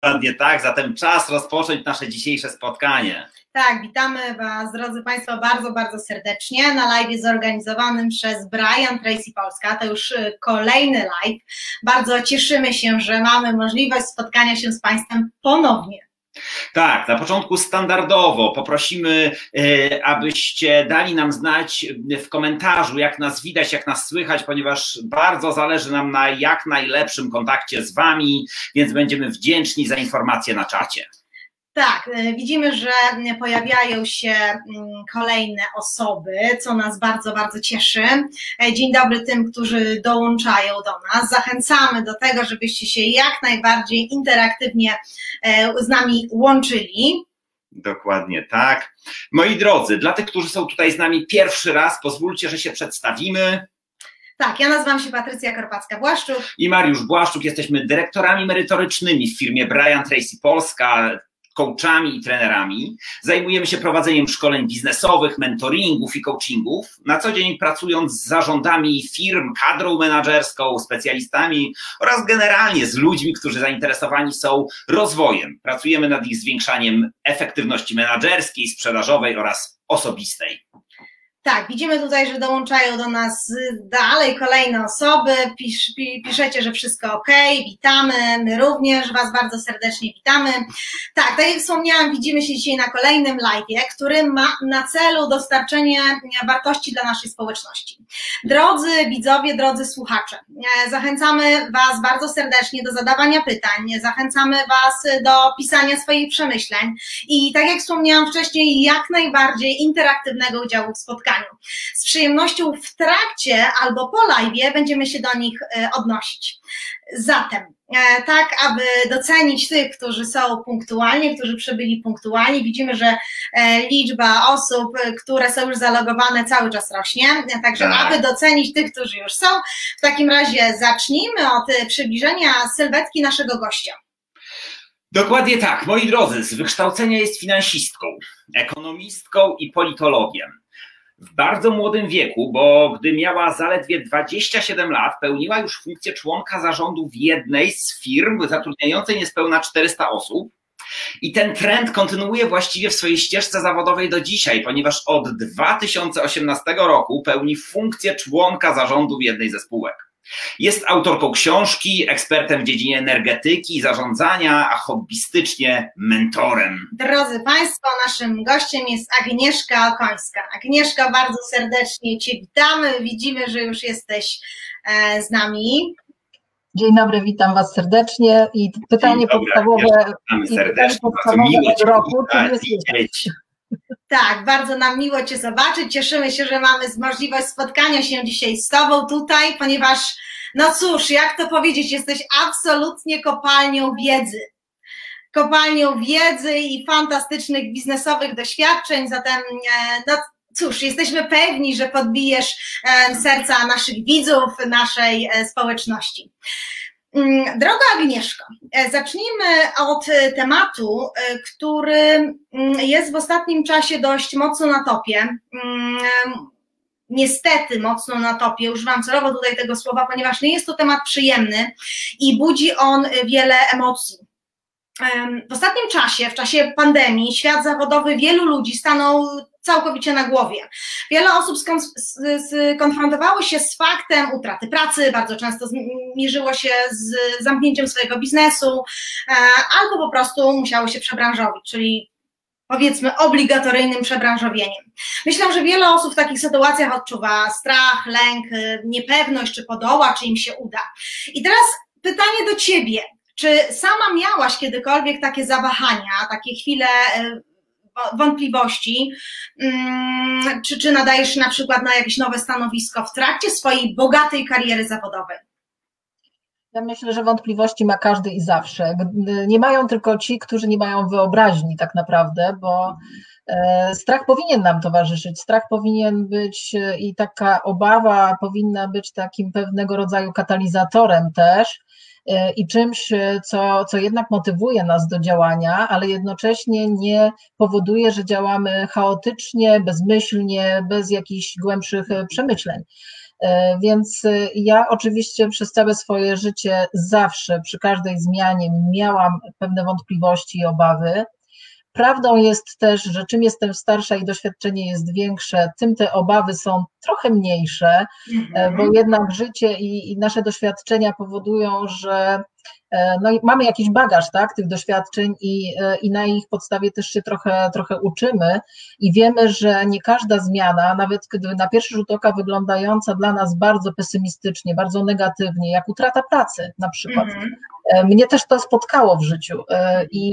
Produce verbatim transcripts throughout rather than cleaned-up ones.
Dokładnie tak, zatem czas rozpocząć nasze dzisiejsze spotkanie. Tak, witamy Was, drodzy Państwo, bardzo, bardzo serdecznie na live zorganizowanym przez Brian Tracy Polska. To już kolejny live. Bardzo cieszymy się, że mamy możliwość spotkania się z Państwem ponownie. Tak, na początku standardowo poprosimy, abyście dali nam znać w komentarzu, jak nas widać, jak nas słychać, ponieważ bardzo zależy nam na jak najlepszym kontakcie z Wami, więc będziemy wdzięczni za informacje na czacie. Tak, widzimy, że pojawiają się kolejne osoby, co nas bardzo, bardzo cieszy. Dzień dobry tym, którzy dołączają do nas. Zachęcamy do tego, żebyście się jak najbardziej interaktywnie z nami łączyli. Dokładnie tak. Moi drodzy, dla tych, którzy są tutaj z nami pierwszy raz, pozwólcie, że się przedstawimy. Tak, ja nazywam się Patrycja Karpacka-Błaszczuk. I Mariusz Błaszczuk, jesteśmy dyrektorami merytorycznymi w firmie Brian Tracy Polska, coachami i trenerami. Zajmujemy się prowadzeniem szkoleń biznesowych, mentoringów i coachingów. Na co dzień pracując z zarządami firm, kadrą menadżerską, specjalistami oraz generalnie z ludźmi, którzy zainteresowani są rozwojem. Pracujemy nad ich zwiększaniem efektywności menadżerskiej, sprzedażowej oraz osobistej. Tak, widzimy tutaj, że dołączają do nas dalej kolejne osoby, Pisz, piszecie, że wszystko ok, witamy, my również Was bardzo serdecznie witamy. Tak, tak jak wspomniałam, widzimy się dzisiaj na kolejnym live'ie, który ma na celu dostarczenie wartości dla naszej społeczności. Drodzy widzowie, drodzy słuchacze, zachęcamy Was bardzo serdecznie do zadawania pytań, zachęcamy Was do pisania swoich przemyśleń i tak jak wspomniałam wcześniej, jak najbardziej interaktywnego udziału w spotkaniu. Z przyjemnością w trakcie albo po live'ie będziemy się do nich odnosić. Zatem, tak aby docenić tych, którzy są punktualni, którzy przybyli punktualni, widzimy, że liczba osób, które są już zalogowane, cały czas rośnie, także tak. Aby docenić tych, którzy już są, w takim razie zacznijmy od przybliżenia sylwetki naszego gościa. Dokładnie tak, moi drodzy, z wykształcenia jest finansistką, ekonomistką i politologiem. W bardzo młodym wieku, bo gdy miała zaledwie dwadzieścia siedem lat, pełniła już funkcję członka zarządu w jednej z firm zatrudniającej niespełna czterysta osób. I ten trend kontynuuje właściwie w swojej ścieżce zawodowej do dzisiaj, ponieważ od dwa tysiące osiemnastego roku pełni funkcję członka zarządu w jednej ze spółek. Jest autorką książki, ekspertem w dziedzinie energetyki i zarządzania, a hobbystycznie mentorem. Drodzy Państwo, naszym gościem jest Agnieszka Okońska. Agnieszka, bardzo serdecznie Cię witamy, widzimy, że już jesteś z nami. Dzień dobry, witam Was serdecznie i pytanie dobry, podstawowe, i pytanie podstawowe od roku, czy jest Tak, bardzo nam miło Cię zobaczyć, cieszymy się, że mamy możliwość spotkania się dzisiaj z Tobą tutaj, ponieważ, no cóż, jak to powiedzieć, jesteś absolutnie kopalnią wiedzy. Kopalnią wiedzy i fantastycznych biznesowych doświadczeń, zatem, no cóż, jesteśmy pewni, że podbijesz serca naszych widzów, naszej społeczności. Droga Agnieszko, zacznijmy od tematu, który jest w ostatnim czasie dość mocno na topie. Niestety mocno na topie, używam celowo tutaj tego słowa, ponieważ nie jest to temat przyjemny i budzi on wiele emocji. W ostatnim czasie, w czasie pandemii, świat zawodowy wielu ludzi stanął całkowicie na głowie. Wiele osób skonfrontowało się z faktem utraty pracy, bardzo często zmierzyło się z zamknięciem swojego biznesu, albo po prostu musiało się przebranżowić, czyli powiedzmy obligatoryjnym przebranżowieniem. Myślę, że wiele osób w takich sytuacjach odczuwa strach, lęk, niepewność, czy podoła, czy im się uda. I teraz pytanie do Ciebie. Czy sama miałaś kiedykolwiek takie zawahania, takie chwile wątpliwości, czy, czy nadajesz się na przykład na jakieś nowe stanowisko w trakcie swojej bogatej kariery zawodowej? Ja myślę, że wątpliwości ma każdy i zawsze. Nie mają tylko ci, którzy nie mają wyobraźni tak naprawdę, bo strach powinien nam towarzyszyć, strach powinien być i taka obawa powinna być takim pewnego rodzaju katalizatorem też i czymś, co, co jednak motywuje nas do działania, ale jednocześnie nie powoduje, że działamy chaotycznie, bezmyślnie, bez jakichś głębszych przemyśleń. Więc ja oczywiście przez całe swoje życie zawsze przy każdej zmianie miałam pewne wątpliwości i obawy. Prawdą jest też, że czym jestem starsza i doświadczenie jest większe, tym te obawy są trochę mniejsze, mhm. bo jednak życie i, i nasze doświadczenia powodują, że no i mamy jakiś bagaż, tak, tych doświadczeń i, i na ich podstawie też się trochę, trochę uczymy i wiemy, że nie każda zmiana, nawet gdy na pierwszy rzut oka wyglądająca dla nas bardzo pesymistycznie, bardzo negatywnie, jak utrata pracy na przykład. Mhm. Mnie też to spotkało w życiu i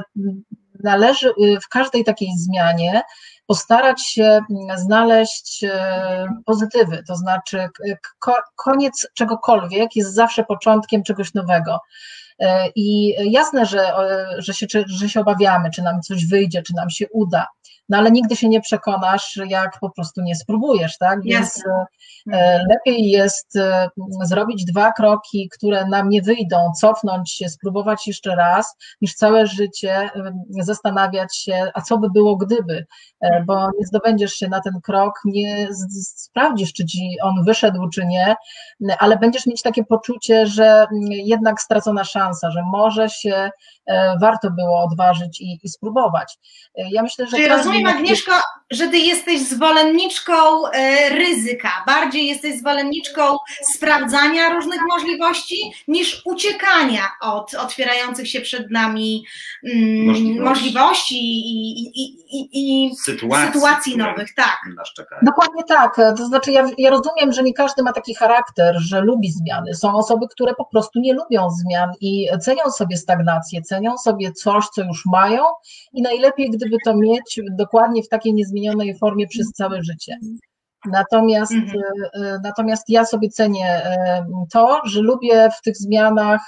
należy w każdej takiej zmianie postarać się znaleźć pozytywy, to znaczy koniec czegokolwiek jest zawsze początkiem czegoś nowego. I jasne, że, że, się, że się obawiamy, czy nam coś wyjdzie, czy nam się uda, no ale nigdy się nie przekonasz, jak po prostu nie spróbujesz, tak? Więc jasne. Lepiej jest zrobić dwa kroki, które nam nie wyjdą, cofnąć się, spróbować jeszcze raz, niż całe życie zastanawiać się, a co by było gdyby, bo nie zdobędziesz się na ten krok, nie sprawdzisz, czy ci on wyszedł, czy nie, ale będziesz mieć takie poczucie, że jednak stracona szansa, że może się warto było odważyć i, i spróbować. Ja myślę, że Czyli rozumiem, Agnieszko, że ty jesteś zwolenniczką ryzyka, bardziej jesteś zwolenniczką sprawdzania różnych możliwości niż uciekania od otwierających się przed nami mm, możliwości. możliwości i, i, i, i sytuacji, sytuacji nowych. Tak. Dokładnie tak. To znaczy ja, ja rozumiem, że nie każdy ma taki charakter, że lubi zmiany. Są osoby, które po prostu nie lubią zmian i cenią sobie stagnację, cenią sobie coś, co już mają i najlepiej, gdyby to mieć dokładnie w takiej niezmienionej formie przez całe życie. Natomiast, mhm. natomiast ja sobie cenię to, że lubię w tych zmianach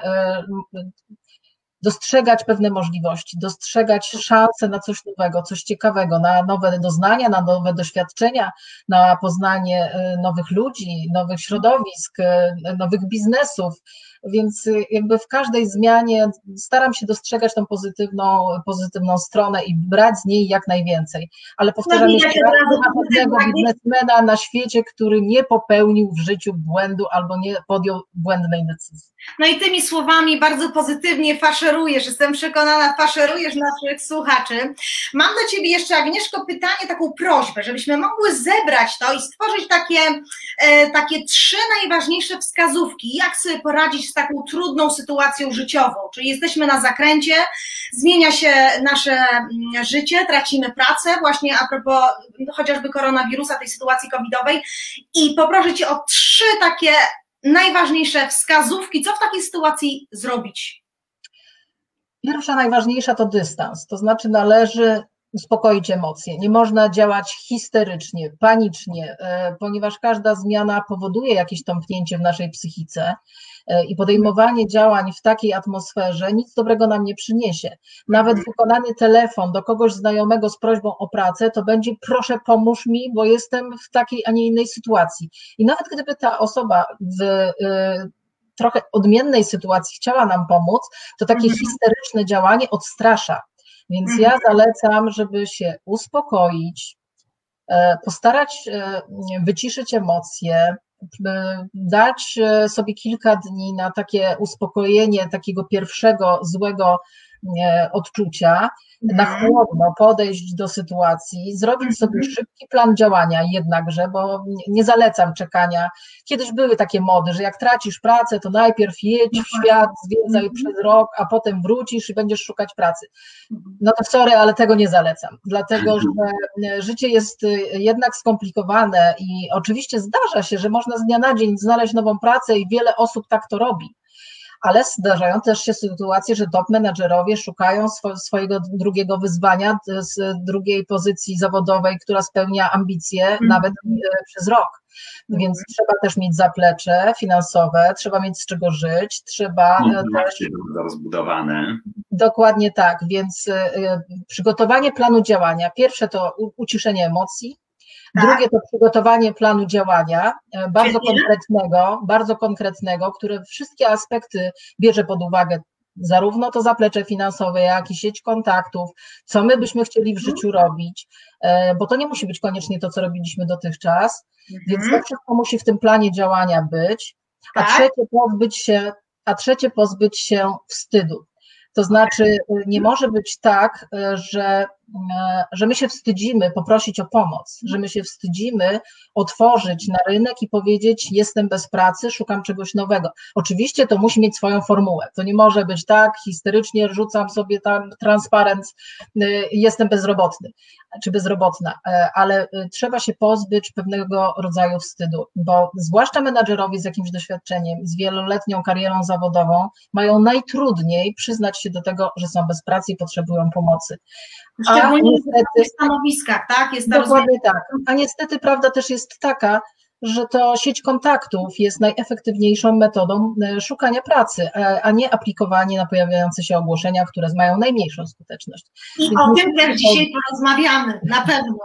dostrzegać pewne możliwości, dostrzegać szanse na coś nowego, coś ciekawego, na nowe doznania, na nowe doświadczenia, na poznanie nowych ludzi, nowych środowisk, nowych biznesów. Więc jakby w każdej zmianie staram się dostrzegać tą pozytywną, pozytywną stronę i brać z niej jak najwięcej. Ale powtarzam, jeszcze raz, nie ma pewnego biznesmena na świecie, który nie popełnił w życiu błędu albo nie podjął błędnej decyzji. No i tymi słowami bardzo pozytywnie faszerujesz, jestem przekonana, faszerujesz naszych słuchaczy. Mam do ciebie jeszcze, Agnieszko, pytanie, taką prośbę, żebyśmy mogły zebrać to i stworzyć takie, e, takie trzy najważniejsze wskazówki, jak sobie poradzić z taką trudną sytuacją życiową, czyli jesteśmy na zakręcie, zmienia się nasze życie, tracimy pracę, właśnie a propos chociażby koronawirusa, tej sytuacji covidowej i poproszę cię o trzy takie najważniejsze wskazówki, co w takiej sytuacji zrobić? Pierwsza, najważniejsza to dystans, to znaczy należy uspokoić emocje. Nie można działać histerycznie, panicznie, ponieważ każda zmiana powoduje jakieś tąpnięcie w naszej psychice i podejmowanie działań w takiej atmosferze nic dobrego nam nie przyniesie. Nawet wykonany telefon do kogoś znajomego z prośbą o pracę, to będzie proszę pomóż mi, bo jestem w takiej, a nie innej sytuacji. I nawet gdyby ta osoba w trochę odmiennej sytuacji chciała nam pomóc, to takie histeryczne działanie odstrasza. Więc ja zalecam, żeby się uspokoić, postarać wyciszyć emocje, dać sobie kilka dni na takie uspokojenie takiego pierwszego złego odczucia, na chłodno podejść do sytuacji, zrobić sobie szybki plan działania jednakże, bo nie zalecam czekania. Kiedyś były takie mody, że jak tracisz pracę, to najpierw jedź w świat, zwiedzaj przez rok, a potem wrócisz i będziesz szukać pracy. No to sorry, ale tego nie zalecam, dlatego że życie jest jednak skomplikowane i oczywiście zdarza się, że można z dnia na dzień znaleźć nową pracę i wiele osób tak to robi. Ale zdarzają też się sytuacje, że top menadżerowie szukają swojego drugiego wyzwania z drugiej pozycji zawodowej, która spełnia ambicje mm. nawet przez rok. Więc mm. trzeba też mieć zaplecze finansowe, trzeba mieć z czego żyć, trzeba no, też... rozbudowane. Dokładnie tak, więc przygotowanie planu działania. Pierwsze to uciszenie emocji. Tak. Drugie to przygotowanie planu działania, bardzo konkretnego, bardzo konkretnego, które wszystkie aspekty bierze pod uwagę, zarówno to zaplecze finansowe, jak i sieć kontaktów, co my byśmy chcieli w życiu robić, bo to nie musi być koniecznie to, co robiliśmy dotychczas, mhm. więc to wszystko musi w tym planie działania być, a tak? trzecie pozbyć się, a trzecie pozbyć się wstydu. To znaczy nie może być tak, że, że my się wstydzimy poprosić o pomoc, że my się wstydzimy otworzyć na rynek i powiedzieć: jestem bez pracy, szukam czegoś nowego. Oczywiście to musi mieć swoją formułę. To nie może być tak, histerycznie rzucam sobie tam transparent, jestem bezrobotny czy bezrobotna, ale trzeba się pozbyć pewnego rodzaju wstydu, bo zwłaszcza menadżerowie z jakimś doświadczeniem, z wieloletnią karierą zawodową mają najtrudniej przyznać się do tego, że są bez pracy i potrzebują pomocy. Szczególnie niestety, w stanowiskach, tak? Jest dokładnie tak. A niestety prawda też jest taka, że to sieć kontaktów jest najefektywniejszą metodą szukania pracy, a nie aplikowanie na pojawiające się ogłoszenia, które mają najmniejszą skuteczność. I Więc o tym też dzisiaj porozmawiamy, na pewno.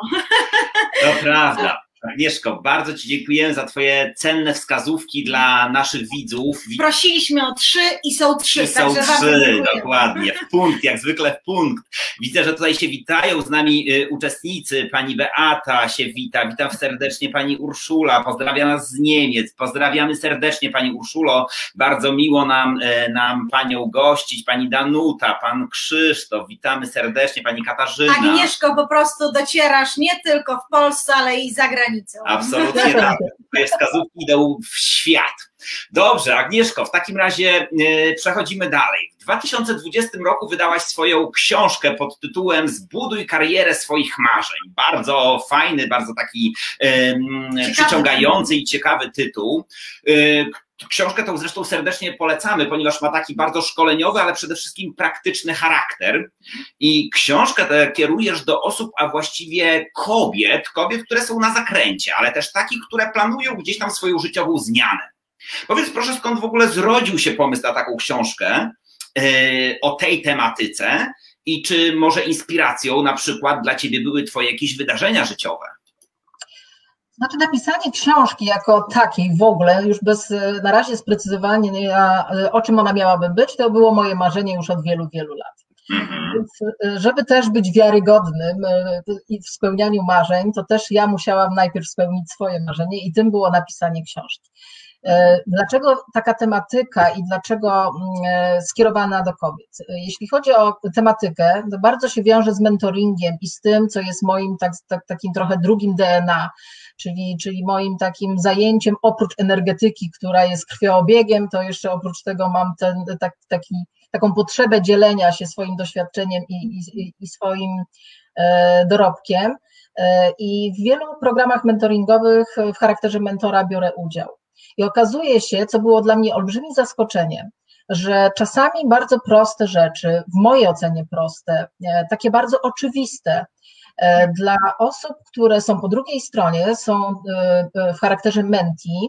To prawda. Agnieszko, bardzo Ci dziękujemy za Twoje cenne wskazówki dla naszych widzów. Prosiliśmy o trzy i są trzy. I są trzy, dokładnie, w punkt, jak zwykle w punkt. Widzę, że tutaj się witają z nami y, uczestnicy. Pani Beata się wita, witam serdecznie Pani Urszula, pozdrawia nas z Niemiec, pozdrawiamy serdecznie Pani Urszulo, bardzo miło nam, y, nam Panią gościć, Pani Danuta, Pan Krzysztof, witamy serdecznie, Pani Katarzyna. Agnieszko, po prostu docierasz nie tylko w Polsce, ale i za granicą. Absolutnie tak. Twoje wskazówki idą w świat. Dobrze, Agnieszko, w takim razie yy, przechodzimy dalej. W dwa tysiące dwudziestym roku wydałaś swoją książkę pod tytułem Zbuduj karierę swoich marzeń. Bardzo fajny, bardzo taki yy, przyciągający i ciekawy tytuł. Yy, Książkę tą zresztą serdecznie polecamy, ponieważ ma taki bardzo szkoleniowy, ale przede wszystkim praktyczny charakter. I książkę tę kierujesz do osób, a właściwie kobiet, kobiet, które są na zakręcie, ale też takich, które planują gdzieś tam swoją życiową zmianę. Powiedz proszę, skąd w ogóle zrodził się pomysł na taką książkę yy, o tej tematyce i czy może inspiracją na przykład dla Ciebie były Twoje jakieś wydarzenia życiowe? Znaczy napisanie książki jako takiej w ogóle, już bez na razie sprecyzowania, o czym ona miałaby być, to było moje marzenie już od wielu, wielu lat. Mm-hmm. Więc żeby też być wiarygodnym i w spełnianiu marzeń, to też ja musiałam najpierw spełnić swoje marzenie i tym było napisanie książki. Dlaczego taka tematyka i dlaczego skierowana do kobiet? Jeśli chodzi o tematykę, to bardzo się wiąże z mentoringiem i z tym, co jest moim tak, tak, takim trochę drugim D N A, czyli, czyli moim takim zajęciem oprócz energetyki, która jest krwioobiegiem, to jeszcze oprócz tego mam ten, tak, taki, taką potrzebę dzielenia się swoim doświadczeniem i, i, i swoim e, dorobkiem. E, I w wielu programach mentoringowych w charakterze mentora biorę udział. I okazuje się, co było dla mnie olbrzymim zaskoczeniem, że czasami bardzo proste rzeczy, w mojej ocenie proste, takie bardzo oczywiste dla osób, które są po drugiej stronie, są w charakterze mentee,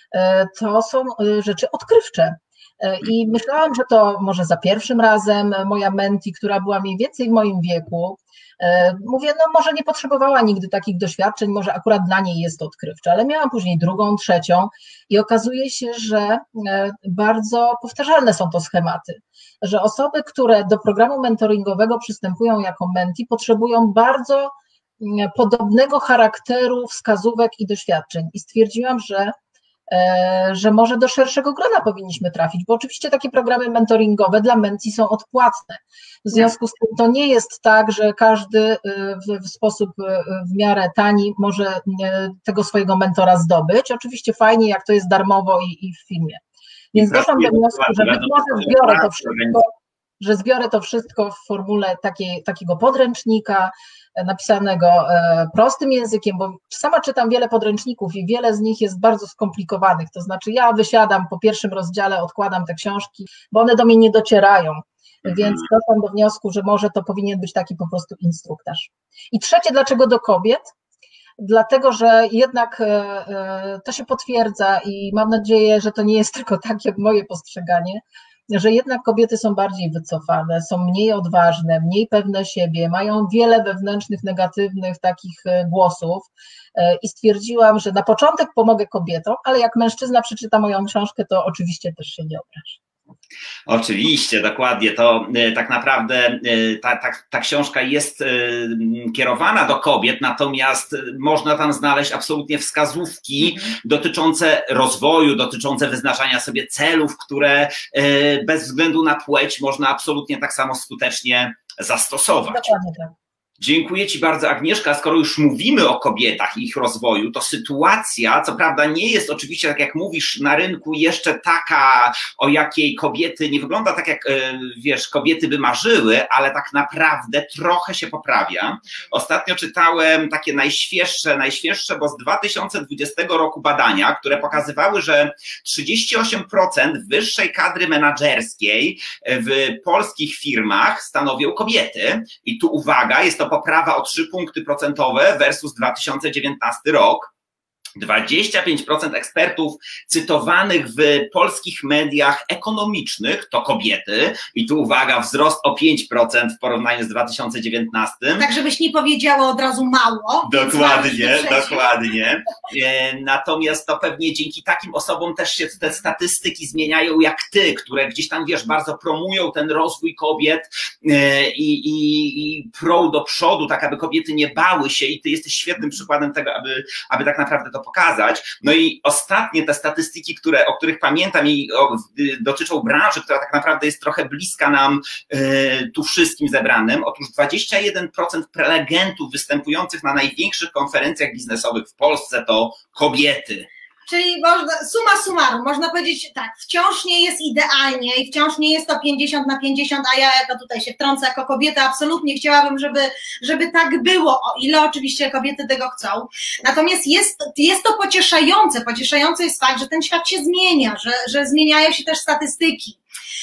to są rzeczy odkrywcze. I myślałam, że to może za pierwszym razem moja mentee, która była mniej więcej w moim wieku, mówię, no może nie potrzebowała nigdy takich doświadczeń, może akurat dla niej jest to odkrywcze, ale miałam później drugą, trzecią i okazuje się, że bardzo powtarzalne są to schematy, że osoby, które do programu mentoringowego przystępują jako mentee, potrzebują bardzo podobnego charakteru wskazówek i doświadczeń i stwierdziłam, że że może do szerszego grona powinniśmy trafić, bo oczywiście takie programy mentoringowe dla mentee są odpłatne. W związku z tym to nie jest tak, że każdy w, w sposób w miarę tani może tego swojego mentora zdobyć. Oczywiście fajnie, jak to jest darmowo i, i w filmie. Więc doszłam do wniosku, że być może zbiorę to wszystko, że zbiorę to wszystko w formule takiej, takiego podręcznika, napisanego prostym językiem, bo sama czytam wiele podręczników i wiele z nich jest bardzo skomplikowanych, to znaczy ja wysiadam po pierwszym rozdziale, odkładam te książki, bo one do mnie nie docierają, więc doszłam do wniosku, że może to powinien być taki po prostu instruktaż. I trzecie, dlaczego do kobiet? Dlatego, że jednak to się potwierdza i mam nadzieję, że to nie jest tylko takie moje postrzeganie, że jednak kobiety są bardziej wycofane, są mniej odważne, mniej pewne siebie, mają wiele wewnętrznych, negatywnych takich głosów i stwierdziłam, że na początek pomogę kobietom, ale jak mężczyzna przeczyta moją książkę, to oczywiście też się nie obrazi. Oczywiście, dokładnie. To tak naprawdę ta, ta, ta książka jest kierowana do kobiet, natomiast można tam znaleźć absolutnie wskazówki dotyczące rozwoju, dotyczące wyznaczania sobie celów, które bez względu na płeć można absolutnie tak samo skutecznie zastosować. Dokładnie tak. Dziękuję Ci bardzo, Agnieszka. Skoro już mówimy o kobietach i ich rozwoju, to sytuacja, co prawda nie jest oczywiście, tak jak mówisz, na rynku jeszcze taka, o jakiej kobiety, nie wygląda tak jak, wiesz, kobiety by marzyły, ale tak naprawdę trochę się poprawia. Ostatnio czytałem takie najświeższe, najświeższe, bo z dwa tysiące dwudziestego roku badania, które pokazywały, że trzydzieści osiem procent wyższej kadry menadżerskiej w polskich firmach stanowią kobiety. I tu uwaga, jest to poprawa o trzy punkty procentowe versus dwa tysiące dziewiętnasty rok. dwadzieścia pięć procent ekspertów cytowanych w polskich mediach ekonomicznych to kobiety i tu uwaga, wzrost o pięć procent w porównaniu z dwa tysiące dziewiętnastym. Tak, żebyś nie powiedziała od razu mało. Dokładnie, dokładnie. Natomiast to pewnie dzięki takim osobom też się te statystyki zmieniają jak ty, które gdzieś tam, wiesz, bardzo promują ten rozwój kobiet i, i, i prą do przodu, tak aby kobiety nie bały się i ty jesteś świetnym przykładem tego, aby, aby tak naprawdę to pokazać. No i ostatnie te statystyki, które, o których pamiętam i o, dotyczą branży, która tak naprawdę jest trochę bliska nam y, tu wszystkim zebranym. Otóż dwadzieścia jeden procent prelegentów występujących na największych konferencjach biznesowych w Polsce to kobiety. Czyli można, summa summarum, można powiedzieć tak, wciąż nie jest idealnie i wciąż nie jest to pięćdziesiąt na pięćdziesiąt, a ja jako tutaj się wtrącę jako kobieta absolutnie chciałabym, żeby, żeby tak było, o ile oczywiście kobiety tego chcą. Natomiast jest, jest to pocieszające, pocieszający jest fakt, że ten świat się zmienia, że, że zmieniają się też statystyki.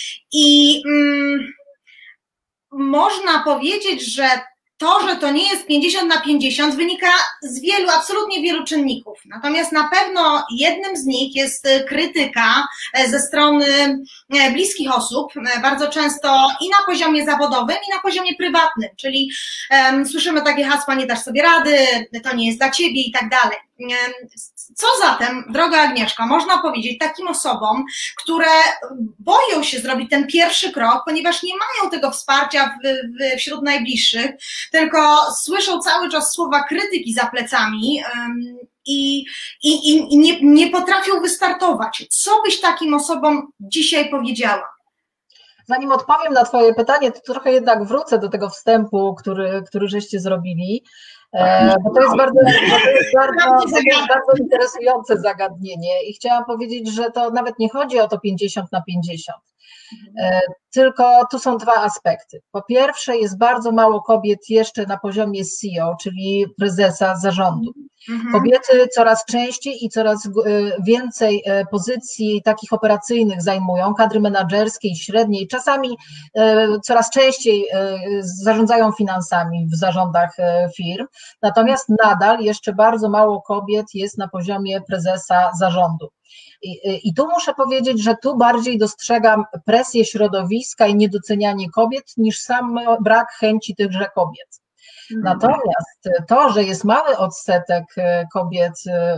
I mm, można powiedzieć, że to, że to nie jest pięćdziesiąt na pięćdziesiąt wynika z wielu, absolutnie wielu czynników. Natomiast na pewno jednym z nich jest krytyka ze strony bliskich osób, bardzo często i na poziomie zawodowym, i na poziomie prywatnym, czyli um, słyszymy takie hasła, nie dasz sobie rady, to nie jest dla ciebie i tak dalej. Co zatem, droga Agnieszka, można powiedzieć takim osobom, które boją się zrobić ten pierwszy krok, ponieważ nie mają tego wsparcia w, w, wśród najbliższych, tylko słyszą cały czas słowa krytyki za plecami um, i, i, i nie, nie potrafią wystartować. Co byś takim osobom dzisiaj powiedziała? Zanim odpowiem na Twoje pytanie, to trochę jednak wrócę do tego wstępu, który, który żeście zrobili. Bo to jest bardzo, to jest bardzo, to jest bardzo interesujące zagadnienie i chciałam powiedzieć, że to nawet nie chodzi o to pięćdziesiąt na pięćdziesiąt, tylko tu są dwa aspekty. Po pierwsze, jest bardzo mało kobiet jeszcze na poziomie C E O, czyli prezesa zarządu. Kobiety coraz częściej i coraz więcej pozycji takich operacyjnych zajmują, kadry menadżerskiej, średniej, czasami coraz częściej zarządzają finansami w zarządach firm, natomiast nadal jeszcze bardzo mało kobiet jest na poziomie prezesa zarządu. I, I tu muszę powiedzieć, że tu bardziej dostrzegam presję środowiska i niedocenianie kobiet niż sam brak chęci tychże kobiet. Natomiast to, że jest mały odsetek kobiet,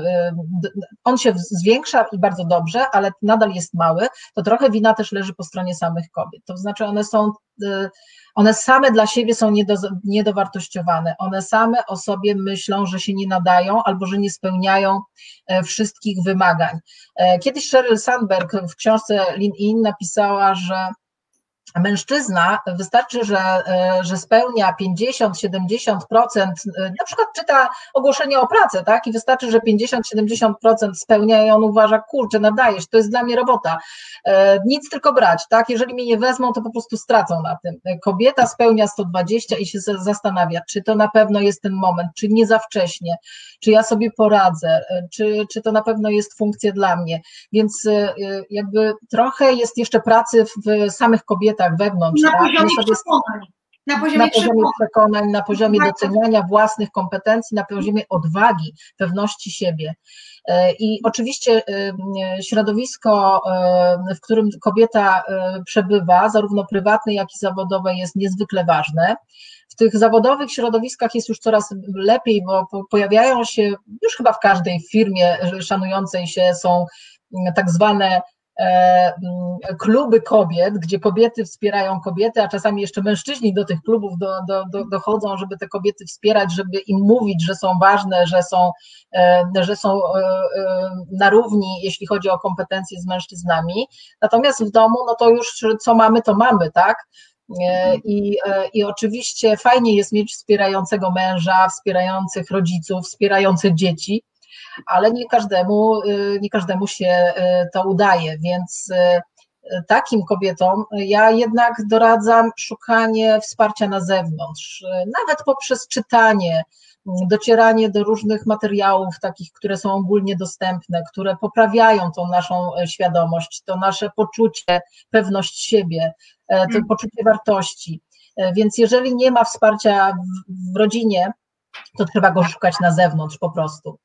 on się zwiększa i bardzo dobrze, ale nadal jest mały, to trochę wina też leży po stronie samych kobiet. To znaczy one są, one same dla siebie są niedo, niedowartościowane, one same o sobie myślą, że się nie nadają albo że nie spełniają wszystkich wymagań. Kiedyś Sheryl Sandberg w książce Lean In napisała, że mężczyzna wystarczy, że, że spełnia pięćdziesiąt do siedemdziesięciu procent, na przykład czyta ogłoszenie o pracę, tak? I wystarczy, że pięćdziesiąt do siedemdziesięciu procent spełnia i on uważa, kurczę, nadajesz, to jest dla mnie robota. Nic tylko brać, tak? Jeżeli mnie nie wezmą, to po prostu stracą na tym. Kobieta spełnia sto dwadzieścia i się zastanawia, czy to na pewno jest ten moment, czy nie za wcześnie, czy ja sobie poradzę, czy, czy to na pewno jest funkcja dla mnie. Więc jakby trochę jest jeszcze pracy w samych kobietach wewnątrz. Na tak? poziomie sobie, przekonań. Na poziomie, na poziomie przekonań, na poziomie doceniania własnych kompetencji, na poziomie odwagi, pewności siebie. I oczywiście środowisko, w którym kobieta przebywa, zarówno prywatne, jak i zawodowe, jest niezwykle ważne. W tych zawodowych środowiskach jest już coraz lepiej, bo pojawiają się, już chyba w każdej firmie szanującej się są tak zwane kluby kobiet, gdzie kobiety wspierają kobiety, a czasami jeszcze mężczyźni do tych klubów do, do, do, dochodzą, żeby te kobiety wspierać, żeby im mówić, że są ważne, że są, że są na równi, jeśli chodzi o kompetencje z mężczyznami. Natomiast w domu, no to już co mamy, to mamy, tak? I, I oczywiście fajnie jest mieć wspierającego męża, wspierających rodziców, wspierających dzieci, ale nie każdemu, nie każdemu się to udaje, więc takim kobietom ja jednak doradzam szukanie wsparcia na zewnątrz, nawet poprzez czytanie, docieranie do różnych materiałów takich, które są ogólnie dostępne, które poprawiają tą naszą świadomość, to nasze poczucie, pewność siebie, to poczucie wartości. Więc jeżeli nie ma wsparcia w, w rodzinie, to trzeba go szukać na zewnątrz po prostu.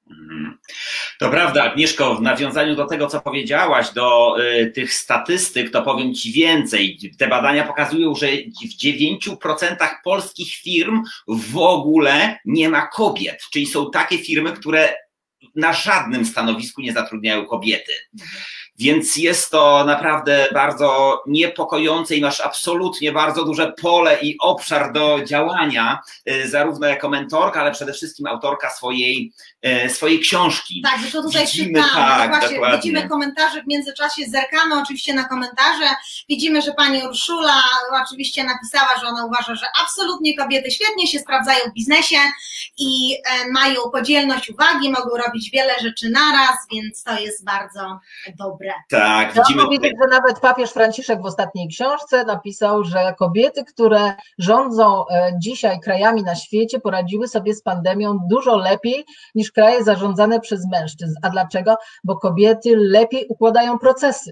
To prawda, Agnieszko, w nawiązaniu do tego, co powiedziałaś, do y, tych statystyk, to powiem Ci więcej. Te badania pokazują, że w dziewięciu procentach polskich firm w ogóle nie ma kobiet, czyli są takie firmy, które na żadnym stanowisku nie zatrudniają kobiety. Więc jest to naprawdę bardzo niepokojące i masz absolutnie bardzo duże pole i obszar do działania, zarówno jako mentorka, ale przede wszystkim autorka swojej, swojej książki. Tak, że to tutaj widzimy, czytamy, tak, właśnie, dokładnie. widzimy komentarze, w międzyczasie zerkamy oczywiście na komentarze, widzimy, że pani Urszula oczywiście napisała, że ona uważa, że absolutnie kobiety świetnie się sprawdzają w biznesie i mają podzielność uwagi, mogą robić wiele rzeczy naraz, więc to jest bardzo dobre. Tak, Trzeba widzimy. powiedzieć, że nawet papież Franciszek w ostatniej książce napisał, że kobiety, które rządzą dzisiaj krajami na świecie, poradziły sobie z pandemią dużo lepiej niż kraje zarządzane przez mężczyzn. A dlaczego? Bo kobiety lepiej układają procesy.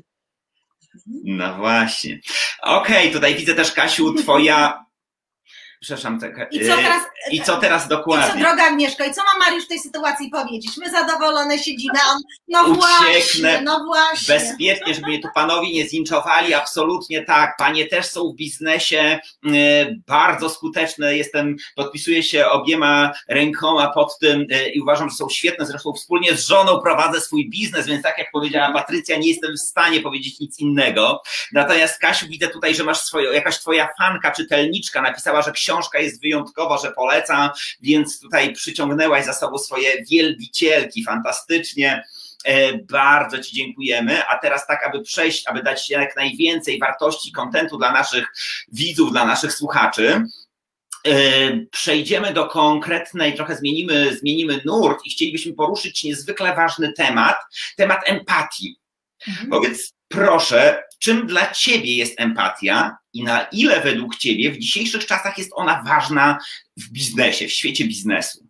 No właśnie. Okej, okay, tutaj widzę też, Kasiu, twoja... Przepraszam, tak. I co teraz, I co teraz dokładnie? I co, droga Agnieszko, i co ma Mariusz w tej sytuacji powiedzieć? My zadowolone siedzimy, on, no Ucieknę właśnie, no właśnie. Bezpiecznie, żeby mnie tu panowie nie zlinczowali, absolutnie tak. Panie też są w biznesie bardzo skuteczne, jestem, podpisuję się obiema rękoma pod tym i uważam, że są świetne, zresztą wspólnie z żoną prowadzę swój biznes, więc tak jak powiedziała Patrycja, nie jestem w stanie powiedzieć nic innego. Natomiast, Kasiu, widzę tutaj, że masz swoją, jakaś twoja fanka, czytelniczka napisała, że książka jest wyjątkowa, że polecam, więc tutaj przyciągnęłaś za sobą swoje wielbicielki, fantastycznie. Bardzo Ci dziękujemy, a teraz tak, aby przejść, aby dać jak najwięcej wartości, kontentu dla naszych widzów, dla naszych słuchaczy, przejdziemy do konkretnej, trochę zmienimy, zmienimy nurt i chcielibyśmy poruszyć niezwykle ważny temat, temat empatii. Mhm. Powiedz, proszę, czym dla Ciebie jest empatia i na ile według Ciebie w dzisiejszych czasach jest ona ważna w biznesie, w świecie biznesu?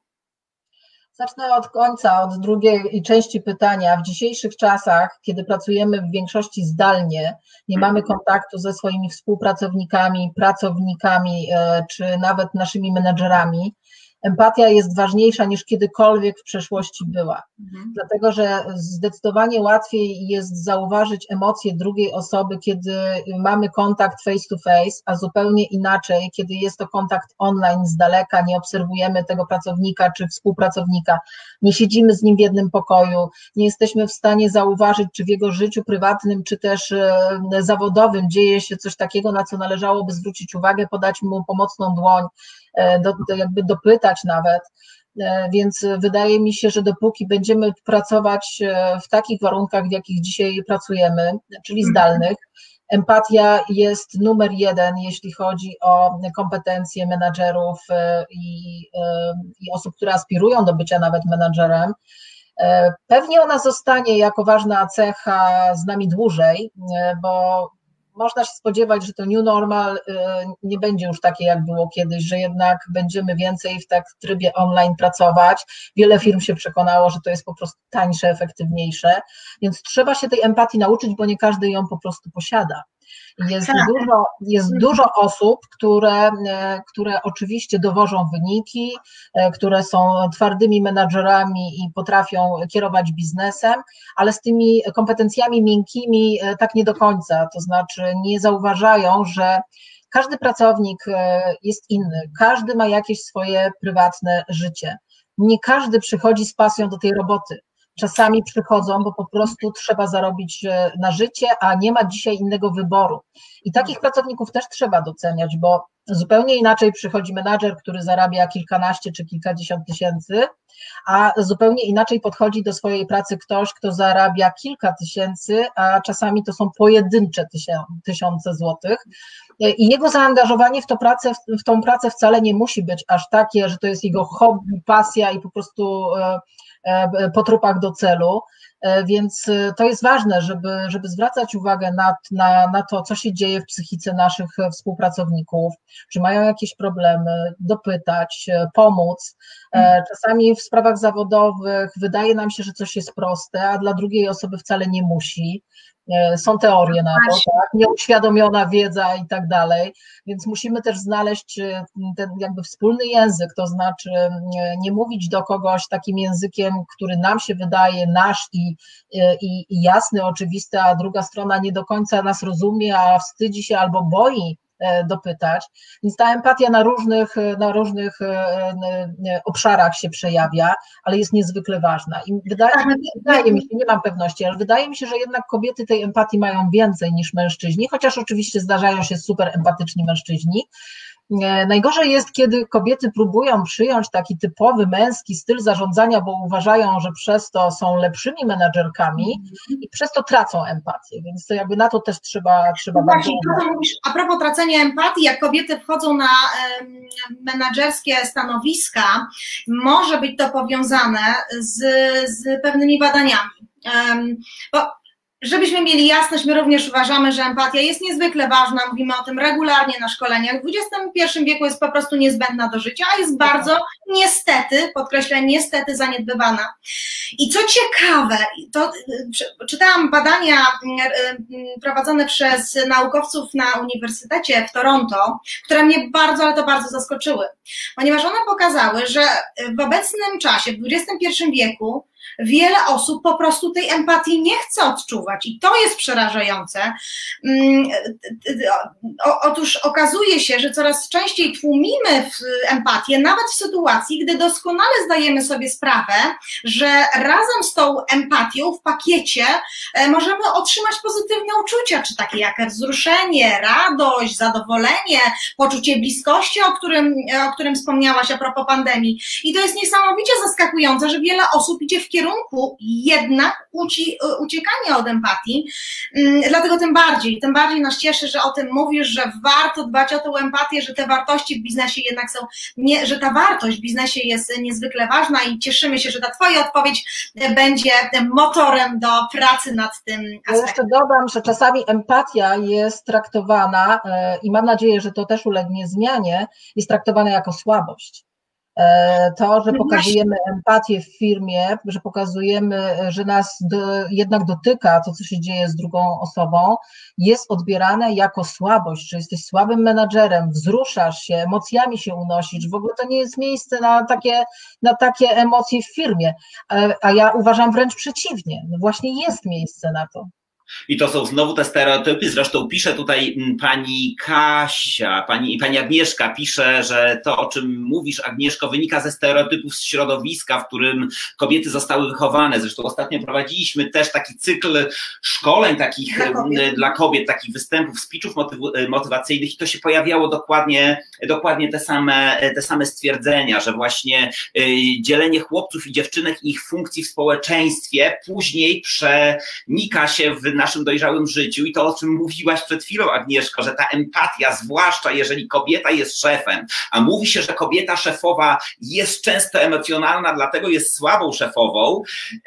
Zacznę od końca, od drugiej części pytania. W dzisiejszych czasach, kiedy pracujemy w większości zdalnie, nie mamy kontaktu ze swoimi współpracownikami, pracownikami czy nawet naszymi menedżerami, empatia jest ważniejsza niż kiedykolwiek w przeszłości była. Mhm. Dlatego, że zdecydowanie łatwiej jest zauważyć emocje drugiej osoby, kiedy mamy kontakt face to face, a zupełnie inaczej, kiedy jest to kontakt online z daleka, nie obserwujemy tego pracownika czy współpracownika, nie siedzimy z nim w jednym pokoju, nie jesteśmy w stanie zauważyć, czy w jego życiu prywatnym, czy też zawodowym dzieje się coś takiego, na co należałoby zwrócić uwagę, podać mu pomocną dłoń, do, do, jakby dopytać nawet, więc wydaje mi się, że dopóki będziemy pracować w takich warunkach, w jakich dzisiaj pracujemy, czyli zdalnych, empatia jest numer jeden, jeśli chodzi o kompetencje menadżerów i, i osób, które aspirują do bycia nawet menadżerem. Pewnie ona zostanie jako ważna cecha z nami dłużej, bo można się spodziewać, że to new normal nie będzie już takie, jak było kiedyś, że jednak będziemy więcej w tak trybie online pracować. Wiele firm się przekonało, że to jest po prostu tańsze, efektywniejsze, więc trzeba się tej empatii nauczyć, bo nie każdy ją po prostu posiada. Jest dużo, jest dużo osób, które, które oczywiście dowożą wyniki, które są twardymi menadżerami i potrafią kierować biznesem, ale z tymi kompetencjami miękkimi tak nie do końca, to znaczy nie zauważają, że każdy pracownik jest inny, każdy ma jakieś swoje prywatne życie. Nie każdy przychodzi z pasją do tej roboty. czasami przychodzą, bo po prostu trzeba zarobić na życie, a nie ma dzisiaj innego wyboru. I takich pracowników też trzeba doceniać, bo zupełnie inaczej przychodzi menadżer, który zarabia kilkanaście czy kilkadziesiąt tysięcy, a zupełnie inaczej podchodzi do swojej pracy ktoś, kto zarabia kilka tysięcy, a czasami to są pojedyncze tysiące złotych. I jego zaangażowanie w, to pracę, w tą pracę wcale nie musi być aż takie, że to jest jego hobby, pasja i po prostu po trupach do celu. Więc to jest ważne, żeby, żeby zwracać uwagę na, na, na to, co się dzieje w psychice naszych współpracowników, czy mają jakieś problemy, dopytać, pomóc. Czasami w sprawach zawodowych wydaje nam się, że coś jest proste, a dla drugiej osoby wcale nie musi. Są teorie na to, tak? Nieuświadomiona wiedza i tak dalej, więc musimy też znaleźć ten jakby wspólny język, to znaczy nie mówić do kogoś takim językiem, który nam się wydaje nasz i, i, i jasny, oczywisty, a druga strona nie do końca nas rozumie, a wstydzi się albo boi dopytać, więc ta empatia na różnych, na różnych obszarach się przejawia, ale jest niezwykle ważna i wydaje, wydaje mi się, nie mam pewności, ale wydaje mi się, że jednak kobiety tej empatii mają więcej niż mężczyźni, chociaż oczywiście zdarzają się super empatyczni mężczyźni. Najgorzej jest, kiedy kobiety próbują przyjąć taki typowy męski styl zarządzania, bo uważają, że przez to są lepszymi menadżerkami i przez to tracą empatię, więc to jakby na to też trzeba, trzeba no bardzo uważać. A propos tracenia empatii, jak kobiety wchodzą na menadżerskie stanowiska, może być to powiązane z, z pewnymi badaniami. Bo żebyśmy mieli jasność, my również uważamy, że empatia jest niezwykle ważna, mówimy o tym regularnie na szkoleniach. W dwudziestym pierwszym wieku jest po prostu niezbędna do życia, a jest bardzo niestety, podkreślę, niestety zaniedbywana. I co ciekawe, to czytałam badania prowadzone przez naukowców na Uniwersytecie w Toronto, które mnie bardzo, ale to bardzo zaskoczyły, ponieważ one pokazały, że w obecnym czasie, w dwudziestym pierwszym wieku, wiele osób po prostu tej empatii nie chce odczuwać i to jest przerażające. Otóż okazuje się, że coraz częściej tłumimy empatię, nawet w sytuacji, gdy doskonale zdajemy sobie sprawę, że razem z tą empatią w pakiecie możemy otrzymać pozytywne uczucia, czy takie jak wzruszenie, radość, zadowolenie, poczucie bliskości, o którym, o którym wspomniałaś a propos pandemii. I to jest niesamowicie zaskakujące, że wiele osób idzie w kierunku jednak uci, uciekania od empatii, dlatego tym bardziej, tym bardziej nas cieszy, że o tym mówisz, że warto dbać o tę empatię, że te wartości w biznesie jednak są, nie, że ta wartość w biznesie jest niezwykle ważna i cieszymy się, że ta twoja odpowiedź będzie motorem do pracy nad tym aspektem. Ja jeszcze dodam, że czasami empatia jest traktowana i mam nadzieję, że to też ulegnie zmianie, jest traktowana jako słabość. To, że pokazujemy empatię w firmie, że pokazujemy, że nas do, jednak dotyka to, co się dzieje z drugą osobą, jest odbierane jako słabość, że jesteś słabym menadżerem, wzruszasz się, emocjami się unosisz, w ogóle to nie jest miejsce na takie, na takie emocje w firmie, a ja uważam wręcz przeciwnie, no właśnie jest miejsce na to. I to są znowu te stereotypy, zresztą pisze tutaj pani Kasia, pani, pani Agnieszka pisze, że to, o czym mówisz, Agnieszko, wynika ze stereotypów z środowiska, w którym kobiety zostały wychowane. Zresztą ostatnio prowadziliśmy też taki cykl szkoleń takich dla kobiet, dla kobiet takich występów, speechów motywacyjnych i to się pojawiało dokładnie, dokładnie te same, te same stwierdzenia, że właśnie dzielenie chłopców i dziewczynek i ich funkcji w społeczeństwie później przenika się w naszym dojrzałym życiu i to, o czym mówiłaś przed chwilą, Agnieszko, że ta empatia, zwłaszcza jeżeli kobieta jest szefem, a mówi się, że kobieta szefowa jest często emocjonalna, dlatego jest słabą szefową,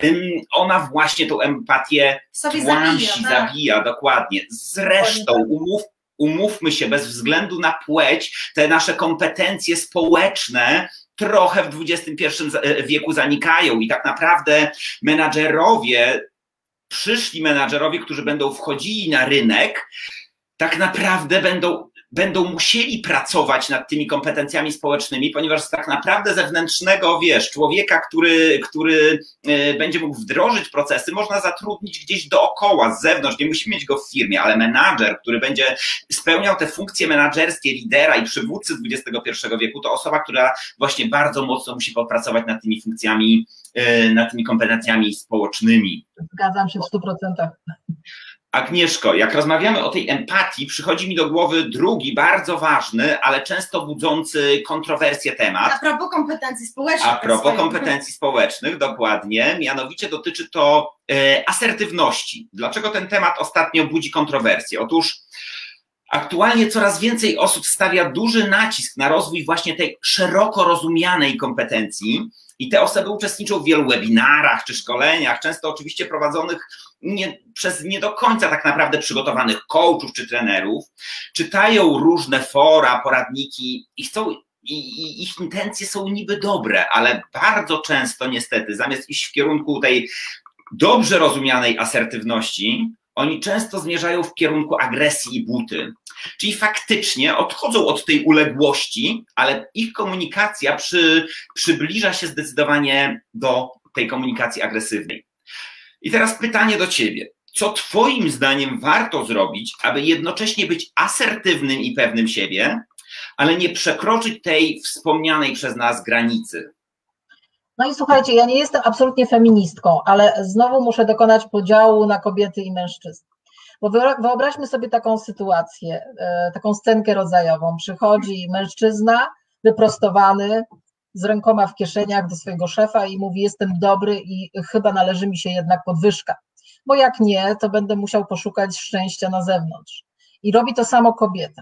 ona właśnie tą empatię sobie tłamsi, zabija, tak. zabija, dokładnie. Zresztą umów, umówmy się, bez względu na płeć, te nasze kompetencje społeczne trochę w dwudziestym pierwszym wieku zanikają i tak naprawdę menadżerowie, przyszli menadżerowie, którzy będą wchodzili na rynek, tak naprawdę będą będą musieli pracować nad tymi kompetencjami społecznymi, ponieważ z tak naprawdę zewnętrznego, wiesz, człowieka, który, który będzie mógł wdrożyć procesy, można zatrudnić gdzieś dookoła, z zewnątrz, nie musimy mieć go w firmie, ale menadżer, który będzie spełniał te funkcje menadżerskie lidera i przywódcy dwudziestego pierwszego wieku, to osoba, która właśnie bardzo mocno musi popracować nad tymi funkcjami, nad tymi kompetencjami społecznymi. Zgadzam się w stu procentach. Agnieszko, jak rozmawiamy o tej empatii, przychodzi mi do głowy drugi, bardzo ważny, ale często budzący kontrowersje temat. A propos kompetencji społecznych. A propos kompetencji społecznych, dokładnie. Mianowicie dotyczy to e, asertywności. Dlaczego ten temat ostatnio budzi kontrowersje? Otóż aktualnie coraz więcej osób stawia duży nacisk na rozwój właśnie tej szeroko rozumianej kompetencji i te osoby uczestniczą w wielu webinarach czy szkoleniach, często oczywiście prowadzonych nie, przez nie do końca tak naprawdę przygotowanych coachów czy trenerów, czytają różne fora, poradniki i chcą, i, i ich intencje są niby dobre, ale bardzo często niestety zamiast iść w kierunku tej dobrze rozumianej asertywności, oni często zmierzają w kierunku agresji i buty. Czyli faktycznie odchodzą od tej uległości, ale ich komunikacja przy, przybliża się zdecydowanie do tej komunikacji agresywnej. I teraz pytanie do ciebie. Co twoim zdaniem warto zrobić, aby jednocześnie być asertywnym i pewnym siebie, ale nie przekroczyć tej wspomnianej przez nas granicy? No i słuchajcie, ja nie jestem absolutnie feministką, ale znowu muszę dokonać podziału na kobiety i mężczyzn. Bo wyobraźmy sobie taką sytuację, taką scenkę rodzajową. Przychodzi mężczyzna wyprostowany, z rękoma w kieszeniach do swojego szefa i mówi: jestem dobry i chyba należy mi się jednak podwyżka, bo jak nie, to będę musiał poszukać szczęścia na zewnątrz. I robi to samo kobieta.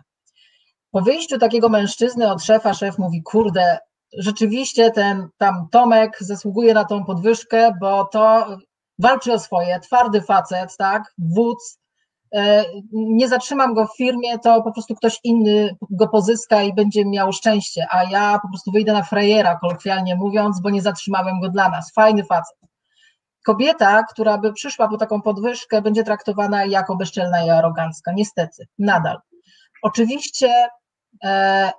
Po wyjściu takiego mężczyzny od szefa, szef mówi: kurde, rzeczywiście ten tam Tomek zasługuje na tą podwyżkę, bo to walczy o swoje, twardy facet, tak, wódz, nie zatrzymam go w firmie, to po prostu ktoś inny go pozyska i będzie miał szczęście, a ja po prostu wyjdę na frajera, kolokwialnie mówiąc, bo nie zatrzymałem go dla nas. Fajny facet. Kobieta, która by przyszła po taką podwyżkę, będzie traktowana jako bezczelna i arogancka. Niestety, nadal. Oczywiście e,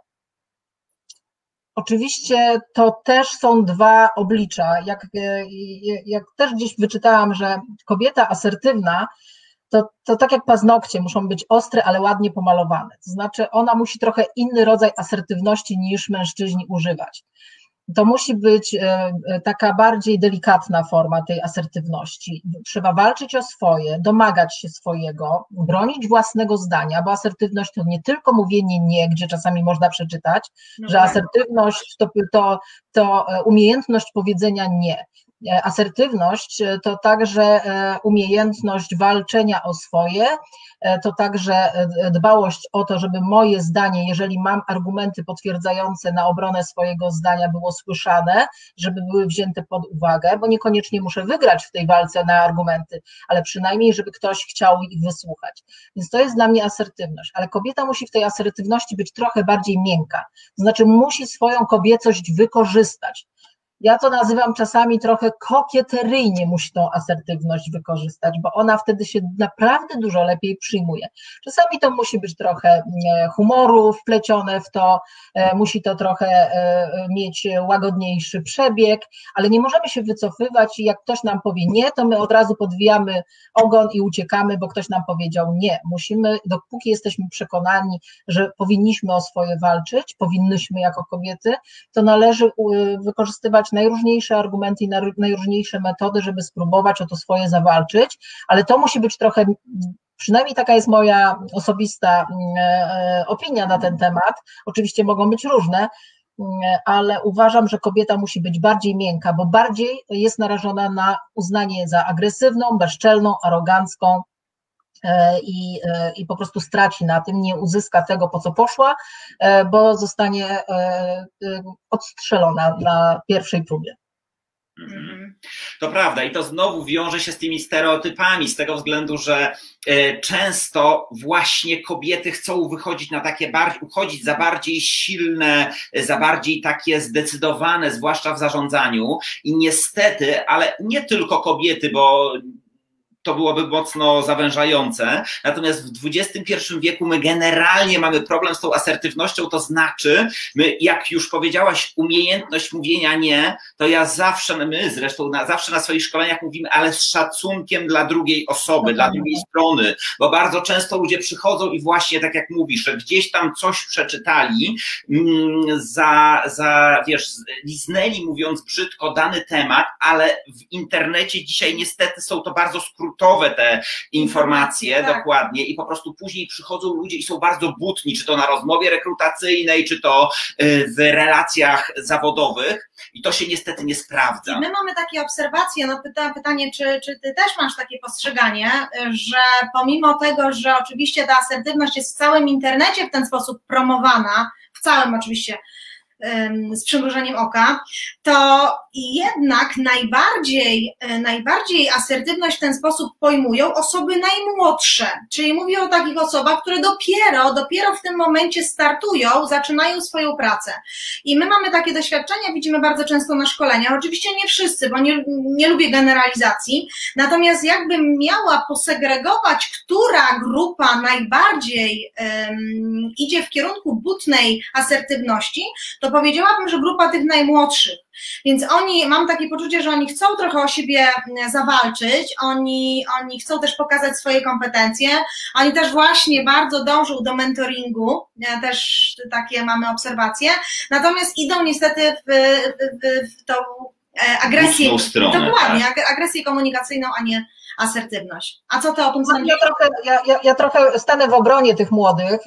Oczywiście to też są dwa oblicza. Jak, jak też gdzieś wyczytałam, że kobieta asertywna To, to tak jak paznokcie, muszą być ostre, ale ładnie pomalowane. To znaczy ona musi trochę inny rodzaj asertywności niż mężczyźni używać. To musi być taka bardziej delikatna forma tej asertywności. Trzeba walczyć o swoje, domagać się swojego, bronić własnego zdania, bo asertywność to nie tylko mówienie nie, gdzie czasami można przeczytać, no że asertywność to, to, to umiejętność powiedzenia nie. Asertywność to także umiejętność walczenia o swoje, to także dbałość o to, żeby moje zdanie, jeżeli mam argumenty potwierdzające na obronę swojego zdania, było słyszane, żeby były wzięte pod uwagę, bo niekoniecznie muszę wygrać w tej walce na argumenty, ale przynajmniej, żeby ktoś chciał ich wysłuchać. Więc to jest dla mnie asertywność, ale kobieta musi w tej asertywności być trochę bardziej miękka, to znaczy musi swoją kobiecość wykorzystać. Ja to nazywam czasami trochę kokieteryjnie musi tą asertywność wykorzystać, bo ona wtedy się naprawdę dużo lepiej przyjmuje. Czasami to musi być trochę humoru wplecione w to, musi to trochę mieć łagodniejszy przebieg, ale nie możemy się wycofywać i jak ktoś nam powie nie, to my od razu podwijamy ogon i uciekamy, bo ktoś nam powiedział nie. Musimy, dopóki jesteśmy przekonani, że powinniśmy o swoje walczyć, powinnyśmy jako kobiety, to należy wykorzystywać najróżniejsze argumenty i najróżniejsze metody, żeby spróbować o to swoje zawalczyć, ale to musi być trochę, przynajmniej taka jest moja osobista opinia na ten temat, oczywiście mogą być różne, ale uważam, że kobieta musi być bardziej miękka, bo bardziej jest narażona na uznanie za agresywną, bezczelną, arogancką, I, i po prostu straci na tym, nie uzyska tego, po co poszła, bo zostanie odstrzelona na pierwszej próbie. To prawda i to znowu wiąże się z tymi stereotypami, z tego względu, że często właśnie kobiety chcą wychodzić na takie bardziej, uchodzić za bardziej silne, za bardziej takie zdecydowane, zwłaszcza w zarządzaniu i niestety, ale nie tylko kobiety, bo to byłoby mocno zawężające, natomiast w dwudziestym pierwszym wieku my generalnie mamy problem z tą asertywnością, to znaczy, my, jak już powiedziałaś, umiejętność mówienia nie, to ja zawsze, my zresztą na, zawsze na swoich szkoleniach mówimy, ale z szacunkiem dla drugiej osoby, dla drugiej strony, bo bardzo często ludzie przychodzą i właśnie tak jak mówisz, że gdzieś tam coś przeczytali, za, za wiesz, liznęli, mówiąc brzydko, dany temat, ale w internecie dzisiaj niestety są to bardzo skrótowe te informacje, tak. Dokładnie, i po prostu później przychodzą ludzie i są bardzo butni, czy to na rozmowie rekrutacyjnej, czy to w relacjach zawodowych, i to się niestety nie sprawdza. I my mamy takie obserwacje, no pytam pytanie, czy, czy ty też masz takie postrzeganie, że pomimo tego, że oczywiście ta asertywność jest w całym internecie w ten sposób promowana, w całym oczywiście z przymrużeniem oka, to jednak najbardziej, najbardziej asertywność w ten sposób pojmują osoby najmłodsze, czyli mówię o takich osobach, które dopiero, dopiero w tym momencie startują, zaczynają swoją pracę. I my mamy takie doświadczenia, widzimy bardzo często na szkoleniach, oczywiście nie wszyscy, bo nie, nie lubię generalizacji, natomiast jakbym miała posegregować, która grupa najbardziej um, idzie w kierunku butnej asertywności, to powiedziałabym, że grupa tych najmłodszych. Więc oni, mam takie poczucie, że oni chcą trochę o siebie zawalczyć, oni, oni chcą też pokazać swoje kompetencje, oni też właśnie bardzo dążą do mentoringu, też takie mamy obserwacje, natomiast idą niestety w, w, w tą agresję, stronę, dokładnie, tak. agresję komunikacyjną, a nie asertywność. A co ty o tym sądzisz? Ja trochę, ja, ja, ja trochę stanę w obronie tych młodych.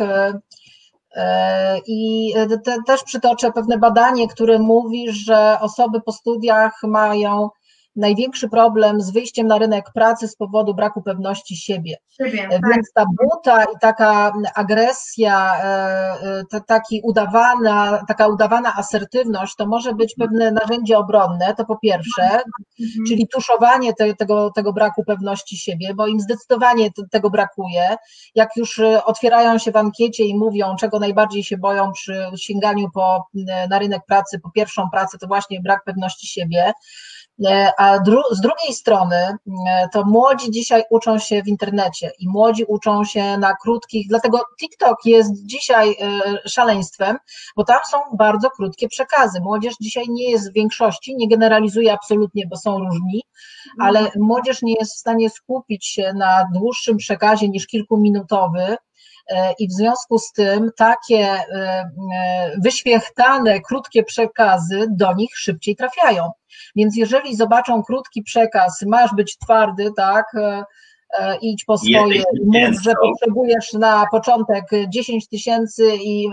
I te, też przytoczę pewne badanie, które mówi, że osoby po studiach mają największy problem z wyjściem na rynek pracy z powodu braku pewności siebie. siebie Więc ta buta i taka agresja, to taki udawana, taka udawana asertywność to może być pewne narzędzie obronne, to po pierwsze, mhm. czyli tuszowanie te, tego, tego braku pewności siebie, bo im zdecydowanie tego brakuje. Jak już otwierają się w ankiecie i mówią, czego najbardziej się boją przy sięganiu po, na rynek pracy, po pierwszą pracę, to właśnie brak pewności siebie. A dru z drugiej strony to młodzi dzisiaj uczą się w internecie i młodzi uczą się na krótkich, dlatego TikTok jest dzisiaj szaleństwem, bo tam są bardzo krótkie przekazy. Młodzież dzisiaj nie jest w większości, nie generalizuje absolutnie, bo są różni, ale młodzież nie jest w stanie skupić się na dłuższym przekazie niż kilkuminutowy. I w związku z tym takie wyświechtane, krótkie przekazy do nich szybciej trafiają. Więc jeżeli zobaczą krótki przekaz, masz być twardy, tak, idź po swoje, mów, że potrzebujesz na początek dziesięć tysięcy i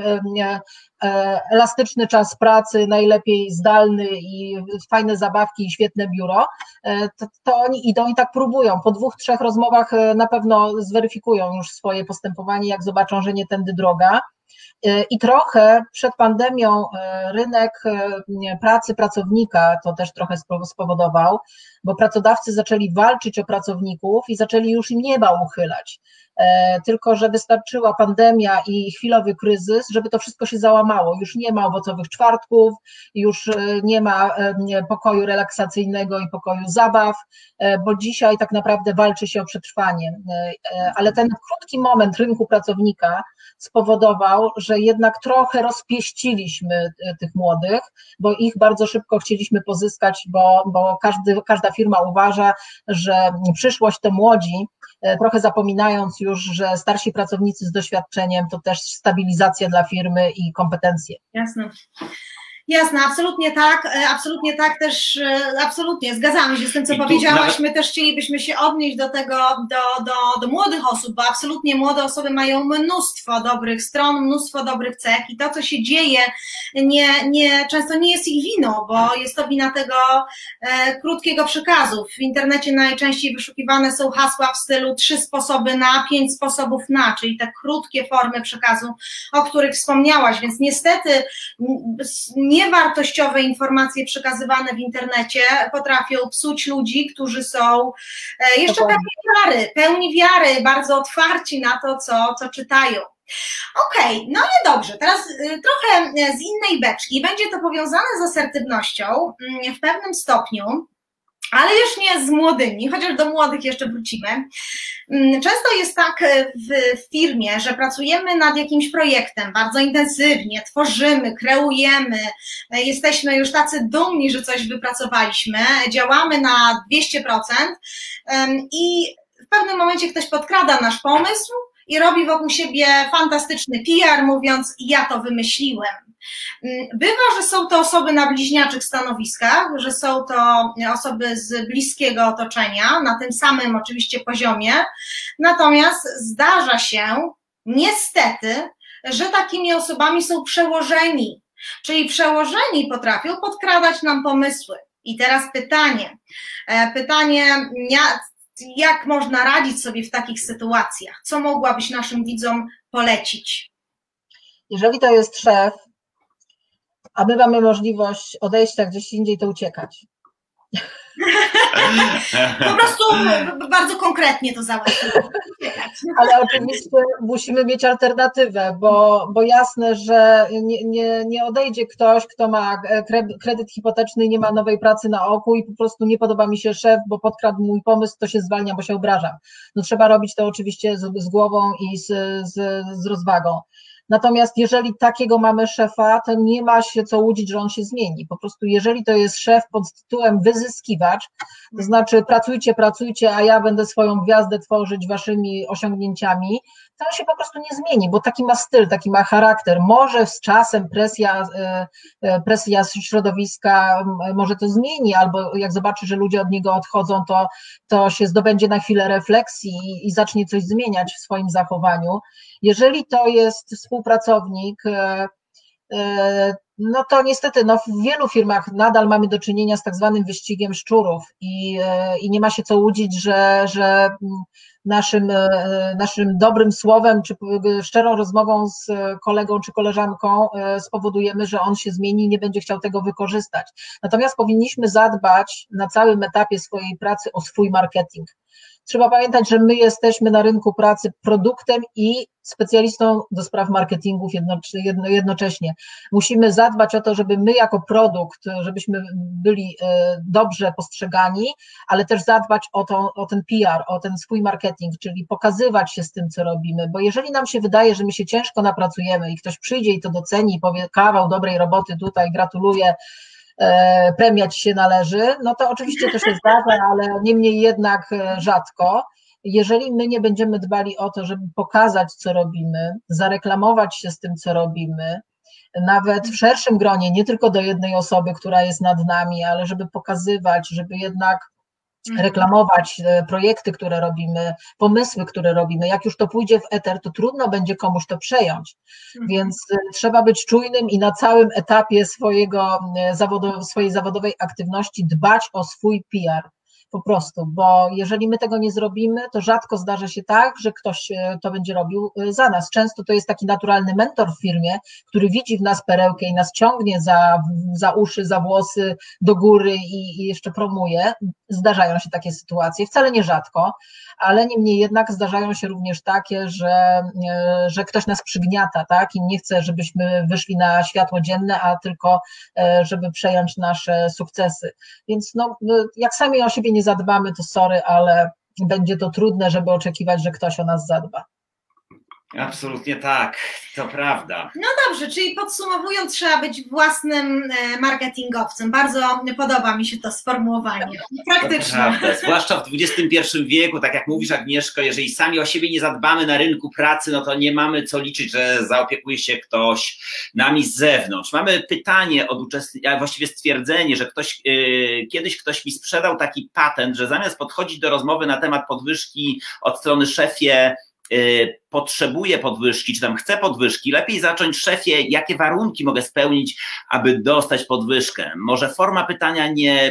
elastyczny czas pracy, najlepiej zdalny i fajne zabawki i świetne biuro, to, to oni idą i tak próbują. Po dwóch, trzech rozmowach na pewno zweryfikują już swoje postępowanie, jak zobaczą, że nie tędy droga. I trochę przed pandemią rynek pracy pracownika to też trochę spowodował, bo pracodawcy zaczęli walczyć o pracowników i zaczęli już im nieba uchylać. Tylko że wystarczyła pandemia i chwilowy kryzys, żeby to wszystko się załamało. Już nie ma owocowych czwartków, już nie ma pokoju relaksacyjnego i pokoju zabaw, bo dzisiaj tak naprawdę walczy się o przetrwanie. Ale ten krótki moment rynku pracownika spowodował, że jednak trochę rozpieściliśmy tych młodych, bo ich bardzo szybko chcieliśmy pozyskać, bo, bo każdy, każda firma uważa, że przyszłość to młodzi, trochę zapominając już, że starsi pracownicy z doświadczeniem to też stabilizacja dla firmy i kompetencje. Jasne. Jasne, absolutnie tak, absolutnie tak też, absolutnie, zgadzamy się z tym, co powiedziałaś, my też chcielibyśmy się odnieść do tego, do, do, do młodych osób, bo absolutnie młode osoby mają mnóstwo dobrych stron, mnóstwo dobrych cech i to, co się dzieje, nie, nie, często nie jest ich winą, bo jest to wina tego e, krótkiego przekazu. W internecie najczęściej wyszukiwane są hasła w stylu trzy sposoby na, pięć sposobów na, czyli te krótkie formy przekazu, o których wspomniałaś, więc niestety nie niewartościowe informacje przekazywane w internecie potrafią psuć ludzi, którzy są jeszcze pełni wiary, pełni wiary, bardzo otwarci na to, co, co czytają. Okej, okay, no i dobrze, teraz trochę z innej beczki. Będzie to powiązane z asertywnością w pewnym stopniu, ale już nie z młodymi, chociaż do młodych jeszcze wrócimy. Często jest tak w firmie, że pracujemy nad jakimś projektem bardzo intensywnie, tworzymy, kreujemy, jesteśmy już tacy dumni, że coś wypracowaliśmy, działamy na dwieście procent i w pewnym momencie ktoś podkrada nasz pomysł i robi wokół siebie fantastyczny P R, mówiąc: ja to wymyśliłem. Bywa, że są to osoby na bliźniaczych stanowiskach, że są to osoby z bliskiego otoczenia, na tym samym oczywiście poziomie, natomiast zdarza się niestety, że takimi osobami są przełożeni, czyli przełożeni potrafią podkradać nam pomysły. I teraz pytanie, pytanie, jak można radzić sobie w takich sytuacjach? Co mogłabyś naszym widzom polecić? Jeżeli to jest szef, a my mamy możliwość odejścia gdzieś indziej, to uciekać. Po prostu bardzo konkretnie to załatwić. Ale oczywiście musimy mieć alternatywę, bo, bo jasne, że nie, nie, nie odejdzie ktoś, kto ma kredyt hipoteczny i nie ma nowej pracy na oku i po prostu nie podoba mi się szef, bo podkradł mój pomysł, to się zwalnia, bo się obrażam. No trzeba robić to oczywiście z, z głową i z, z, z rozwagą. Natomiast jeżeli takiego mamy szefa, to nie ma się co łudzić, że on się zmieni. Po prostu jeżeli to jest szef pod tytułem wyzyskiwacz, to znaczy pracujcie, pracujcie, a ja będę swoją gwiazdę tworzyć waszymi osiągnięciami, to on się po prostu nie zmieni, bo taki ma styl, taki ma charakter. Może z czasem presja, presja środowiska może to zmieni, albo jak zobaczy, że ludzie od niego odchodzą, to, to się zdobędzie na chwilę refleksji i, i zacznie coś zmieniać w swoim zachowaniu. Jeżeli to jest współpracownik, no to niestety no w wielu firmach nadal mamy do czynienia z tak zwanym wyścigiem szczurów i, i nie ma się co łudzić, że, że naszym, naszym dobrym słowem czy szczerą rozmową z kolegą czy koleżanką spowodujemy, że on się zmieni i nie będzie chciał tego wykorzystać. Natomiast powinniśmy zadbać na całym etapie swojej pracy o swój marketing. Trzeba pamiętać, że my jesteśmy na rynku pracy produktem i specjalistą do spraw marketingów jednocześnie. Musimy zadbać o to, żeby my jako produkt, żebyśmy byli dobrze postrzegani, ale też zadbać o, to, o ten P R, o ten swój marketing, czyli pokazywać się z tym, co robimy, bo jeżeli nam się wydaje, że my się ciężko napracujemy i ktoś przyjdzie i to doceni i powie: kawał dobrej roboty tutaj, gratuluję, premia ci się należy, no to oczywiście to się zdarza, ale niemniej jednak rzadko. Jeżeli my nie będziemy dbali o to, żeby pokazać, co robimy, zareklamować się z tym, co robimy, nawet w szerszym gronie, nie tylko do jednej osoby, która jest nad nami, ale żeby pokazywać, żeby jednak reklamować projekty, które robimy, pomysły, które robimy. Jak już to pójdzie w eter, to trudno będzie komuś to przejąć, więc trzeba być czujnym i na całym etapie swojego zawodu, swojej zawodowej aktywności dbać o swój P R. Po prostu, bo jeżeli my tego nie zrobimy, to rzadko zdarza się tak, że ktoś to będzie robił za nas. Często to jest taki naturalny mentor w firmie, który widzi w nas perełkę i nas ciągnie za, za uszy, za włosy do góry i, i jeszcze promuje. Zdarzają się takie sytuacje, wcale nie rzadko, ale niemniej jednak zdarzają się również takie, że, że ktoś nas przygniata, tak? I nie chce, żebyśmy wyszli na światło dzienne, a tylko żeby przejąć nasze sukcesy. Więc no, jak sami o siebie nie zadbamy, to sorry, ale będzie to trudne, żeby oczekiwać, że ktoś o nas zadba. Absolutnie tak, to prawda. No dobrze, czyli podsumowując, trzeba być własnym marketingowcem. Bardzo podoba mi się to sformułowanie. Praktyczne. To prawda, zwłaszcza w dwudziestym pierwszym wieku, tak jak mówisz, Agnieszko, jeżeli sami o siebie nie zadbamy na rynku pracy, no to nie mamy co liczyć, że zaopiekuje się ktoś nami z zewnątrz. Mamy pytanie od uczestnika, a właściwie stwierdzenie, że ktoś, yy, kiedyś ktoś mi sprzedał taki patent, że zamiast podchodzić do rozmowy na temat podwyżki od strony szefie, potrzebuję podwyżki, czy tam chcę podwyżki, lepiej zacząć: szefie, jakie warunki mogę spełnić, aby dostać podwyżkę. Może forma pytania nie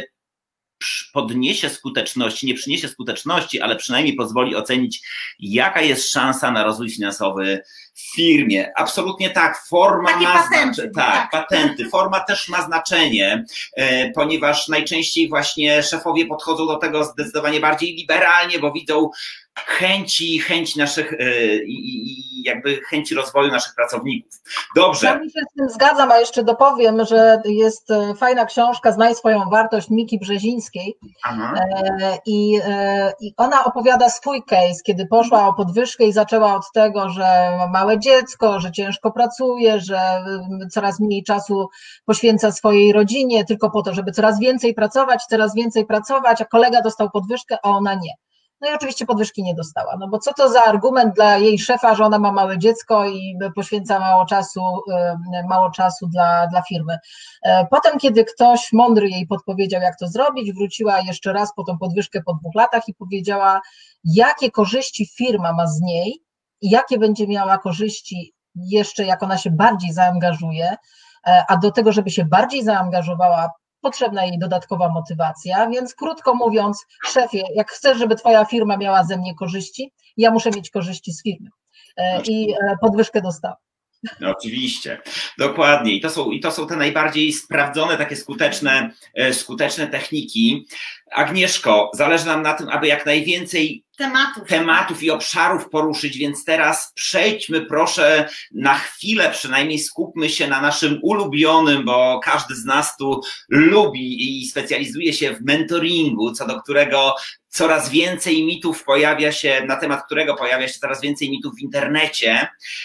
podniesie skuteczności, nie przyniesie skuteczności, ale przynajmniej pozwoli ocenić, jaka jest szansa na rozwój finansowy w firmie. Absolutnie tak, forma Takie ma patenty, znaczenie. Tak, tak, patenty. Forma też ma znaczenie, ponieważ najczęściej właśnie szefowie podchodzą do tego zdecydowanie bardziej liberalnie, bo widzą chęci, chęci naszych i, i jakby chęci rozwoju naszych pracowników. Dobrze. Ja się z tym zgadzam, a jeszcze dopowiem, że jest fajna książka Znaj swoją wartość Miki Brzezińskiej. Aha. I, i ona opowiada swój case, kiedy poszła o podwyżkę i zaczęła od tego, że ma małe dziecko, że ciężko pracuje, że coraz mniej czasu poświęca swojej rodzinie tylko po to, żeby coraz więcej pracować, coraz więcej pracować, a kolega dostał podwyżkę, a ona nie. No i oczywiście podwyżki nie dostała, no bo co to za argument dla jej szefa, że ona ma małe dziecko i poświęca mało czasu, mało czasu dla, dla firmy. Potem, kiedy ktoś mądry jej podpowiedział, jak to zrobić, wróciła jeszcze raz po tą podwyżkę po dwóch latach i powiedziała, jakie korzyści firma ma z niej i jakie będzie miała korzyści jeszcze, jak ona się bardziej zaangażuje, a do tego, żeby się bardziej zaangażowała, potrzebna jej dodatkowa motywacja, więc krótko mówiąc, szefie, jak chcesz, żeby twoja firma miała ze mnie korzyści, ja muszę mieć korzyści z firmy i podwyżkę dostała. No oczywiście, dokładnie. I to są, i to są te najbardziej sprawdzone, takie skuteczne, skuteczne techniki. Agnieszko, zależy nam na tym, aby jak najwięcej tematów. tematów i obszarów poruszyć, więc teraz przejdźmy proszę na chwilę, przynajmniej skupmy się na naszym ulubionym, bo każdy z nas tu lubi i specjalizuje się w mentoringu, co do którego coraz więcej mitów pojawia się, na temat którego pojawia się coraz więcej mitów w internecie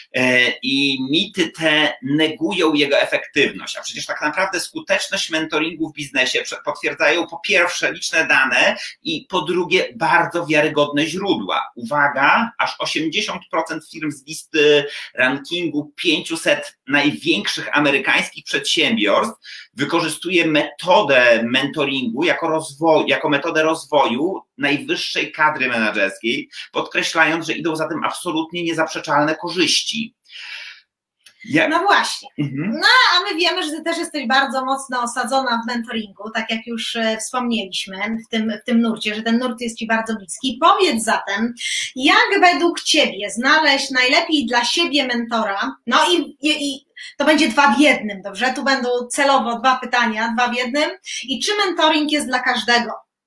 i mity te negują jego efektywność, a przecież tak naprawdę skuteczność mentoringu w biznesie potwierdzają po pierwsze liczne dane i po drugie bardzo wiarygodne źródła. Uwaga, aż osiemdziesiąt procent firm z listy rankingu pięciuset największych amerykańskich przedsiębiorstw wykorzystuje metodę mentoringu jako, rozwoju, jako metodę rozwoju najwyższej kadry menedżerskiej, podkreślając, że idą za tym absolutnie niezaprzeczalne korzyści. Ja... No właśnie, mhm. No a my wiemy, że ty też jesteś bardzo mocno osadzona w mentoringu, tak jak już wspomnieliśmy w tym, w tym nurcie, że ten nurt jest ci bardzo bliski. Powiedz zatem, jak według ciebie znaleźć najlepiej dla siebie mentora, no i, i, i to będzie dwa w jednym, dobrze? Tu będą celowo dwa pytania, dwa w jednym. I czy mentoring jest dla każdego?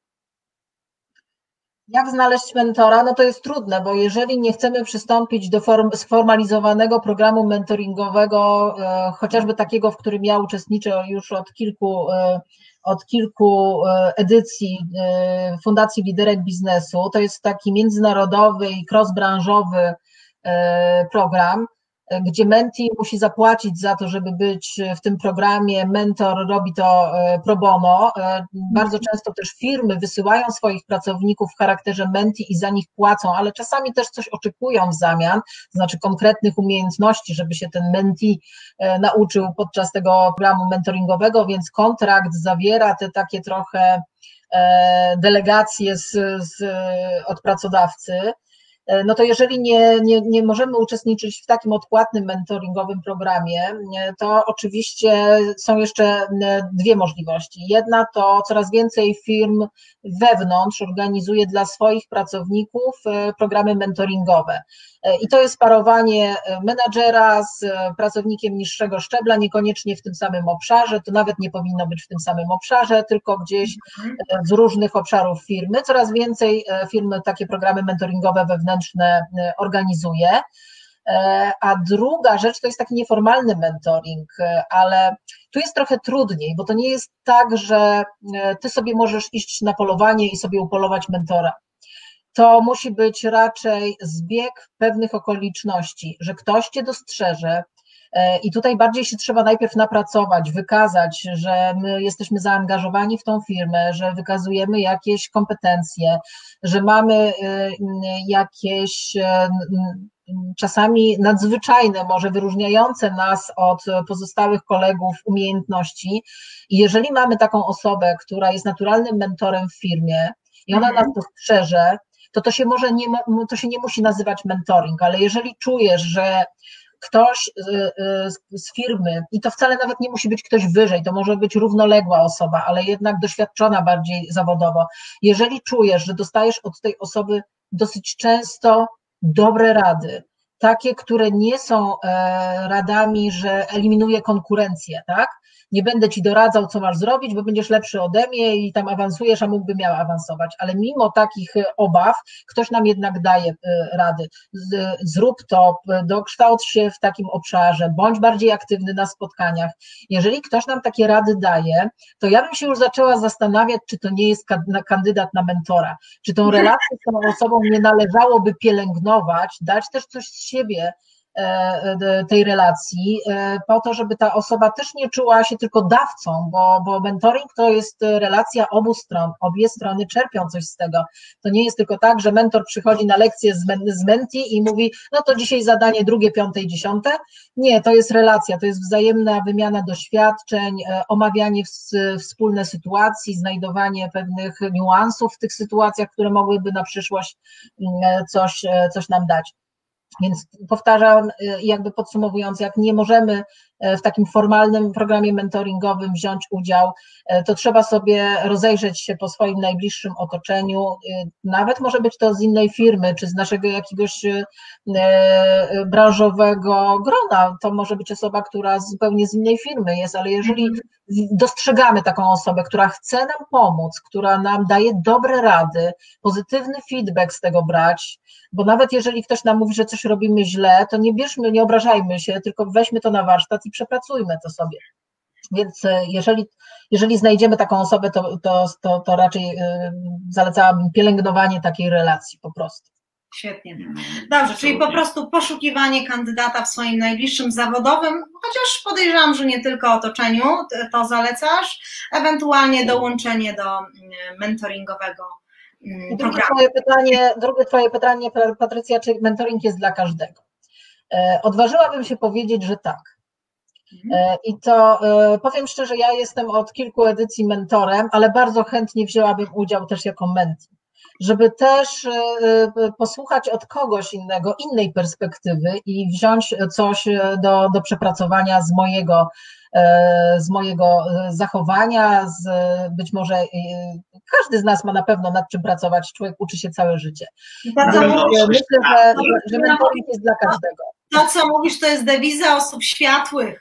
Jak znaleźć mentora? No to jest trudne, bo jeżeli nie chcemy przystąpić do form, sformalizowanego programu mentoringowego, e, chociażby takiego, w którym ja uczestniczę już od kilku, e, od kilku edycji e, Fundacji Liderek Biznesu, to jest taki międzynarodowy i cross-branżowy e, program, gdzie mentee musi zapłacić za to, żeby być w tym programie, mentor robi to pro bono. Bardzo często też firmy wysyłają swoich pracowników w charakterze mentee i za nich płacą, ale czasami też coś oczekują w zamian, znaczy konkretnych umiejętności, żeby się ten mentee nauczył podczas tego programu mentoringowego, więc kontrakt zawiera te takie trochę delegacje z, z, od pracodawcy. No to jeżeli nie, nie, nie możemy uczestniczyć w takim odpłatnym mentoringowym programie, to oczywiście są jeszcze dwie możliwości. Jedna to coraz więcej firm wewnątrz organizuje dla swoich pracowników programy mentoringowe. I to jest parowanie menadżera z pracownikiem niższego szczebla, niekoniecznie w tym samym obszarze, to nawet nie powinno być w tym samym obszarze, tylko gdzieś z różnych obszarów firmy. Coraz więcej firm takie programy mentoringowe wewnętrzne organizuje. A druga rzecz to jest taki nieformalny mentoring, ale tu jest trochę trudniej, bo to nie jest tak, że ty sobie możesz iść na polowanie i sobie upolować mentora. To musi być raczej zbieg pewnych okoliczności, że ktoś cię dostrzeże i tutaj bardziej się trzeba najpierw napracować, wykazać, że my jesteśmy zaangażowani w tą firmę, że wykazujemy jakieś kompetencje, że mamy jakieś czasami nadzwyczajne, może wyróżniające nas od pozostałych kolegów umiejętności. I jeżeli mamy taką osobę, która jest naturalnym mentorem w firmie i ona nas dostrzeże, to to się może nie, to się nie musi nazywać mentoring, ale jeżeli czujesz, że ktoś z firmy, i to wcale nawet nie musi być ktoś wyżej, to może być równoległa osoba, ale jednak doświadczona bardziej zawodowo, jeżeli czujesz, że dostajesz od tej osoby dosyć często dobre rady, takie, które nie są radami, że eliminuję konkurencję, tak? Nie będę ci doradzał, co masz zrobić, bo będziesz lepszy ode mnie i tam awansujesz, a mógłby miał awansować. Ale mimo takich obaw ktoś nam jednak daje rady. Zrób to, dokształć się w takim obszarze, bądź bardziej aktywny na spotkaniach. Jeżeli ktoś nam takie rady daje, to ja bym się już zaczęła zastanawiać, czy to nie jest kandydat na mentora, czy tą relację z tą osobą nie należałoby pielęgnować, dać też coś z siebie tej relacji, po to, żeby ta osoba też nie czuła się tylko dawcą, bo, bo mentoring to jest relacja obu stron, obie strony czerpią coś z tego. To nie jest tylko tak, że mentor przychodzi na lekcję z, z menti i mówi, no to dzisiaj zadanie drugie, piąte i dziesiąte. Nie, to jest relacja, to jest wzajemna wymiana doświadczeń, omawianie wspólne sytuacji, znajdowanie pewnych niuansów w tych sytuacjach, które mogłyby na przyszłość coś, coś nam dać. Więc powtarzam, jakby podsumowując, jak nie możemy w takim formalnym programie mentoringowym wziąć udział, to trzeba sobie rozejrzeć się po swoim najbliższym otoczeniu, nawet może być to z innej firmy, czy z naszego jakiegoś branżowego grona, to może być osoba, która zupełnie z innej firmy jest, ale jeżeli dostrzegamy taką osobę, która chce nam pomóc, która nam daje dobre rady, pozytywny feedback z tego brać, bo nawet jeżeli ktoś nam mówi, że coś robimy źle, to nie bierzmy, nie obrażajmy się, tylko weźmy to na warsztat i przepracujmy to sobie. Więc jeżeli, jeżeli znajdziemy taką osobę, to, to, to, to raczej zalecałabym pielęgnowanie takiej relacji po prostu. Świetnie. Dobrze, czyli po prostu poszukiwanie kandydata w swoim najbliższym zawodowym, chociaż podejrzewam, że nie tylko otoczeniu, to zalecasz, ewentualnie dołączenie do mentoringowego programu. Drugie twoje pytanie, drugie twoje pytanie, Patrycja, czy mentoring jest dla każdego? Odważyłabym się powiedzieć, że tak. I to powiem szczerze, ja jestem od kilku edycji mentorem, ale bardzo chętnie wzięłabym udział też jako menti, żeby też posłuchać od kogoś innego, innej perspektywy i wziąć coś do, do przepracowania z mojego, z mojego zachowania, z być może każdy z nas ma na pewno nad czym pracować, człowiek uczy się całe życie. Myślę, że, że mentoring jest dla każdego. To, co mówisz, to jest dewiza osób światłych.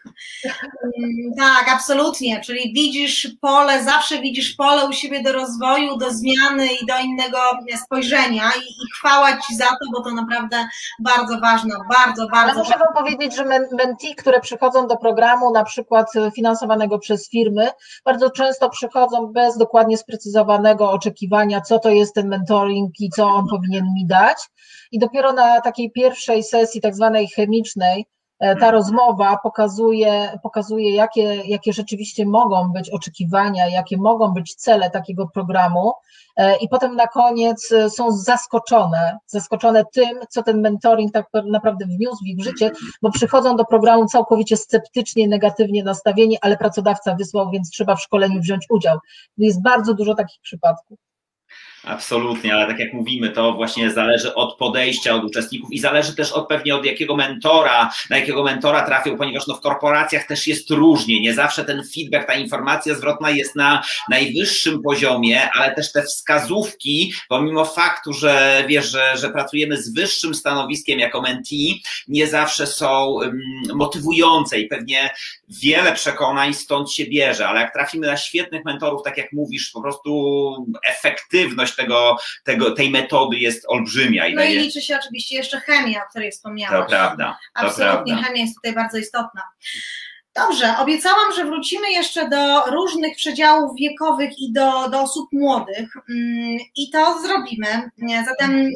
Tak, absolutnie, czyli widzisz pole, zawsze widzisz pole u siebie do rozwoju, do zmiany i do innego spojrzenia i, i chwała Ci za to, bo to naprawdę bardzo ważne, bardzo, bardzo. Ale muszę Wam powiedzieć, że mentee, które przychodzą do programu, na przykład finansowanego przez firmy, bardzo często przychodzą bez dokładnie sprecyzowanego oczekiwania, co to jest ten mentoring i co on powinien mi dać. I dopiero na takiej pierwszej sesji, tak zwanej chemicznej, ta rozmowa pokazuje, pokazuje jakie, jakie rzeczywiście mogą być oczekiwania, jakie mogą być cele takiego programu i potem na koniec są zaskoczone, zaskoczone tym, co ten mentoring tak naprawdę wniósł w ich życie, bo przychodzą do programu całkowicie sceptycznie, negatywnie nastawieni, ale pracodawca wysłał, więc trzeba w szkoleniu wziąć udział. Jest bardzo dużo takich przypadków. Absolutnie, ale tak jak mówimy, to właśnie zależy od podejścia, od uczestników i zależy też od pewnie od jakiego mentora, na jakiego mentora trafią, ponieważ no w korporacjach też jest różnie, nie zawsze ten feedback, ta informacja zwrotna jest na najwyższym poziomie, ale też te wskazówki, pomimo faktu, że wiesz, że, że pracujemy z wyższym stanowiskiem jako mentee, nie zawsze są um, motywujące i pewnie wiele przekonań stąd się bierze, ale jak trafimy na świetnych mentorów, tak jak mówisz, po prostu efektywność tego, tego, tej metody jest olbrzymia. I no daje... i liczy się oczywiście jeszcze chemia, o której wspomniałaś. To prawda. To Absolutnie, prawda. Chemia jest tutaj bardzo istotna. Dobrze, obiecałam, że wrócimy jeszcze do różnych przedziałów wiekowych i do, do osób młodych i to zrobimy. Zatem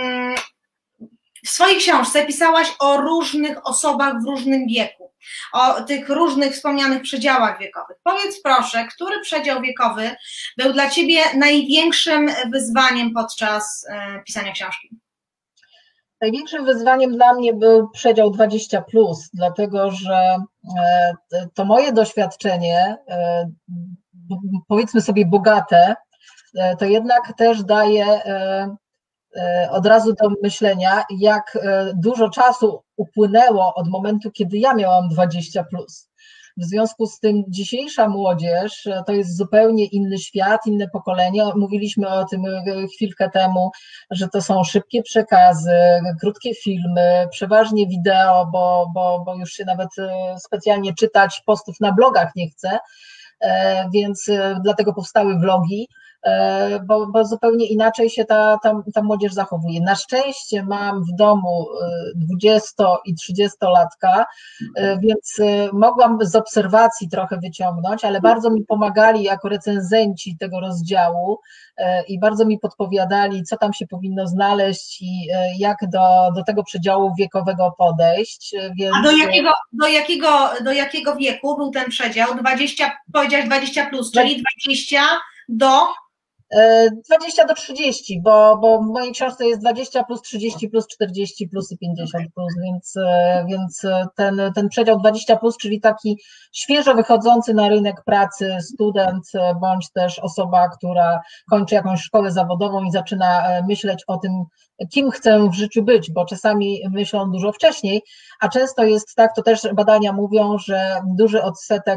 w swojej książce pisałaś o różnych osobach w różnym wieku, o tych różnych wspomnianych przedziałach wiekowych. Powiedz proszę, który przedział wiekowy był dla Ciebie największym wyzwaniem podczas pisania książki? Największym wyzwaniem dla mnie był przedział dwadzieścia plus, dlatego że to moje doświadczenie, powiedzmy sobie bogate, to jednak też daje od razu do myślenia, jak dużo czasu upłynęło od momentu, kiedy ja miałam dwadzieścia plus. W związku z tym dzisiejsza młodzież to jest zupełnie inny świat, inne pokolenie. Mówiliśmy o tym chwilkę temu, że to są szybkie przekazy, krótkie filmy, przeważnie wideo, bo, bo, bo już się nawet specjalnie czytać postów na blogach nie chce, więc dlatego powstały vlogi. Bo, bo zupełnie inaczej się ta, ta, ta młodzież zachowuje. Na szczęście mam w domu dwudziesto- i trzydziestolatka, więc mogłam z obserwacji trochę wyciągnąć, ale bardzo mi pomagali jako recenzenci tego rozdziału i bardzo mi podpowiadali, co tam się powinno znaleźć i jak do, do tego przedziału wiekowego podejść. Więc... A do jakiego, do, jakiego, do jakiego wieku był ten przedział? dwadzieścia, powiedziałaś dwadzieścia plus, czyli dwadzieścia do... dwadzieścia do trzydziestu, bo, bo w mojej książce jest dwadzieścia plus, trzydzieści plus, czterdzieści plus i pięćdziesiąt plus, więc, więc ten, ten przedział dwadzieścia plus, czyli taki świeżo wychodzący na rynek pracy student, bądź też osoba, która kończy jakąś szkołę zawodową i zaczyna myśleć o tym, kim chcę w życiu być, bo czasami myślą dużo wcześniej, a często jest tak, to też badania mówią, że duży odsetek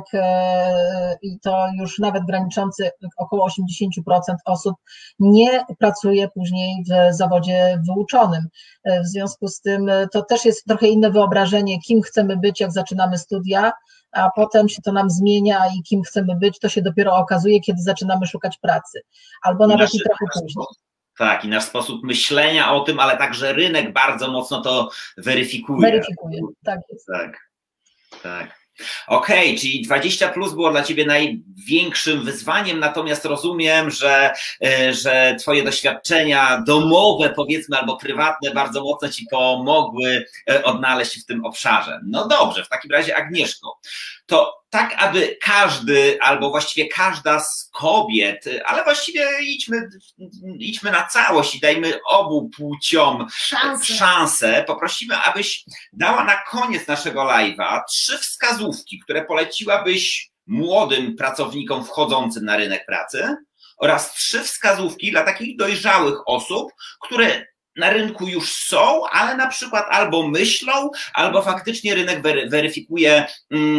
i to już nawet graniczący około osiemdziesiąt procent osób nie pracuje później w zawodzie wyuczonym. W związku z tym to też jest trochę inne wyobrażenie, kim chcemy być, jak zaczynamy studia, a potem się to nam zmienia i kim chcemy być, to się dopiero okazuje, kiedy zaczynamy szukać pracy, albo nawet i trochę później. Tak, i nasz sposób myślenia o tym, ale także rynek bardzo mocno to weryfikuje. Weryfikuje, tak jest. Tak, tak. Okej, okay, czyli dwadzieścia plus było dla Ciebie największym wyzwaniem, natomiast rozumiem, że, że Twoje doświadczenia domowe, powiedzmy, albo prywatne bardzo mocno Ci pomogły odnaleźć się w tym obszarze. No dobrze, w takim razie Agnieszko, to tak, aby każdy, albo właściwie każda z kobiet, ale właściwie idźmy, idźmy na całość i dajmy obu płciom szansę. szansę. Poprosimy, abyś dała na koniec naszego live'a trzy wskazówki, które poleciłabyś młodym pracownikom wchodzącym na rynek pracy oraz trzy wskazówki dla takich dojrzałych osób, które na rynku już są, ale na przykład albo myślą, albo faktycznie rynek weryfikuje,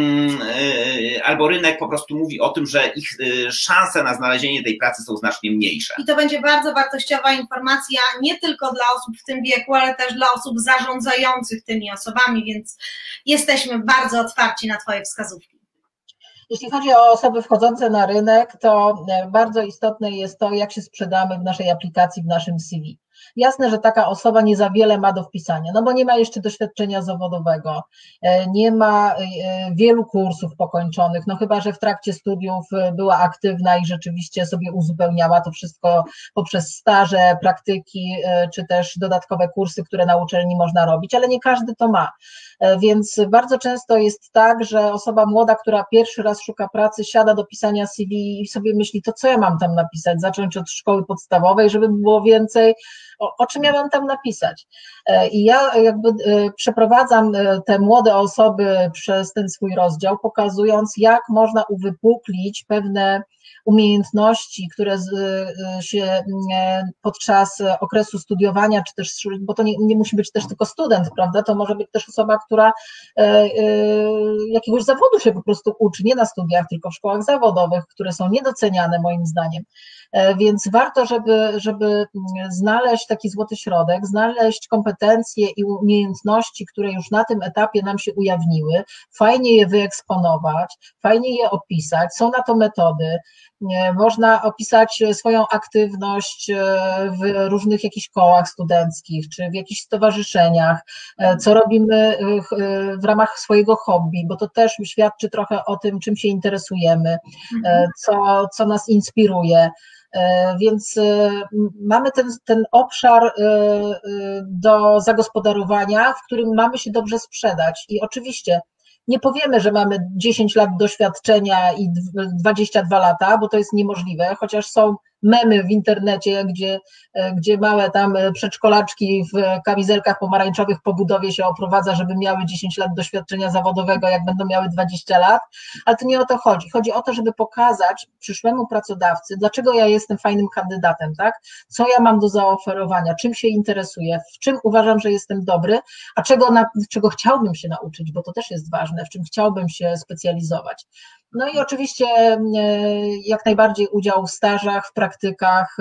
albo rynek po prostu mówi o tym, że ich szanse na znalezienie tej pracy są znacznie mniejsze. I to będzie bardzo wartościowa informacja nie tylko dla osób w tym wieku, ale też dla osób zarządzających tymi osobami, więc jesteśmy bardzo otwarci na Twoje wskazówki. Jeśli chodzi o osoby wchodzące na rynek, to bardzo istotne jest to, jak się sprzedamy w naszej aplikacji, w naszym C V. Jasne, że taka osoba nie za wiele ma do wpisania, no bo nie ma jeszcze doświadczenia zawodowego, nie ma wielu kursów pokończonych, no chyba że w trakcie studiów była aktywna i rzeczywiście sobie uzupełniała to wszystko poprzez staże, praktyki, czy też dodatkowe kursy, które na uczelni można robić, ale nie każdy to ma. Więc bardzo często jest tak, że osoba młoda, która pierwszy raz szuka pracy, siada do pisania C V i sobie myśli, to co ja mam tam napisać, zacząć od szkoły podstawowej, żeby było więcej, o, o czym ja mam tam napisać. I ja jakby przeprowadzam te młode osoby przez ten swój rozdział, pokazując, jak można uwypuklić pewne umiejętności, które się podczas okresu studiowania, czy też, bo to nie, nie musi być też tylko student, prawda, to może być też osoba, która jakiegoś zawodu się po prostu uczy, nie na studiach, tylko w szkołach zawodowych, które są niedoceniane moim zdaniem. Więc warto, żeby, żeby znaleźć taki złoty środek, znaleźć kompetencje i umiejętności, które już na tym etapie nam się ujawniły, fajnie je wyeksponować, fajnie je opisać, są na to metody. Można opisać swoją aktywność w różnych jakichś kołach studenckich, czy w jakichś stowarzyszeniach, co robimy w ramach swojego hobby, bo to też świadczy trochę o tym, czym się interesujemy, co, co nas inspiruje. Więc mamy ten, ten obszar do zagospodarowania, w którym mamy się dobrze sprzedać i oczywiście nie powiemy, że mamy dziesięć lat doświadczenia i dwadzieścia dwa lata, bo to jest niemożliwe, chociaż są memy w internecie, gdzie, gdzie małe tam przedszkolaczki w kamizelkach pomarańczowych po budowie się oprowadza, żeby miały dziesięć lat doświadczenia zawodowego, jak będą miały dwadzieścia lat, ale to nie o to chodzi. Chodzi o to, żeby pokazać przyszłemu pracodawcy, dlaczego ja jestem fajnym kandydatem, tak? Co ja mam do zaoferowania, czym się interesuję, w czym uważam, że jestem dobry, a czego, na, czego chciałbym się nauczyć, bo to też jest ważne, w czym chciałbym się specjalizować. No i oczywiście jak najbardziej udział w stażach, w praktykach.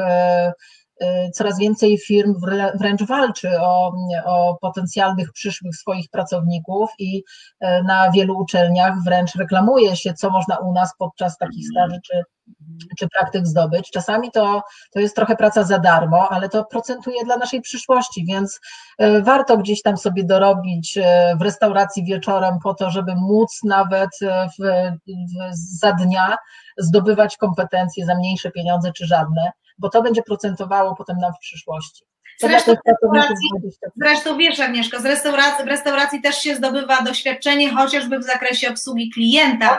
Coraz więcej firm wręcz walczy o, o potencjalnych przyszłych swoich pracowników i na wielu uczelniach wręcz reklamuje się, co można u nas podczas takich staży czy, czy praktyk zdobyć. Czasami to, to jest trochę praca za darmo, ale to procentuje dla naszej przyszłości, więc warto gdzieś tam sobie dorobić w restauracji wieczorem po to, żeby móc nawet w, w, za dnia zdobywać kompetencje za mniejsze pieniądze czy żadne, bo to będzie procentowało potem nam w przyszłości. Zresztą, zresztą wiesz, Agnieszko, z restauracji, w restauracji też się zdobywa doświadczenie, chociażby w zakresie obsługi klienta.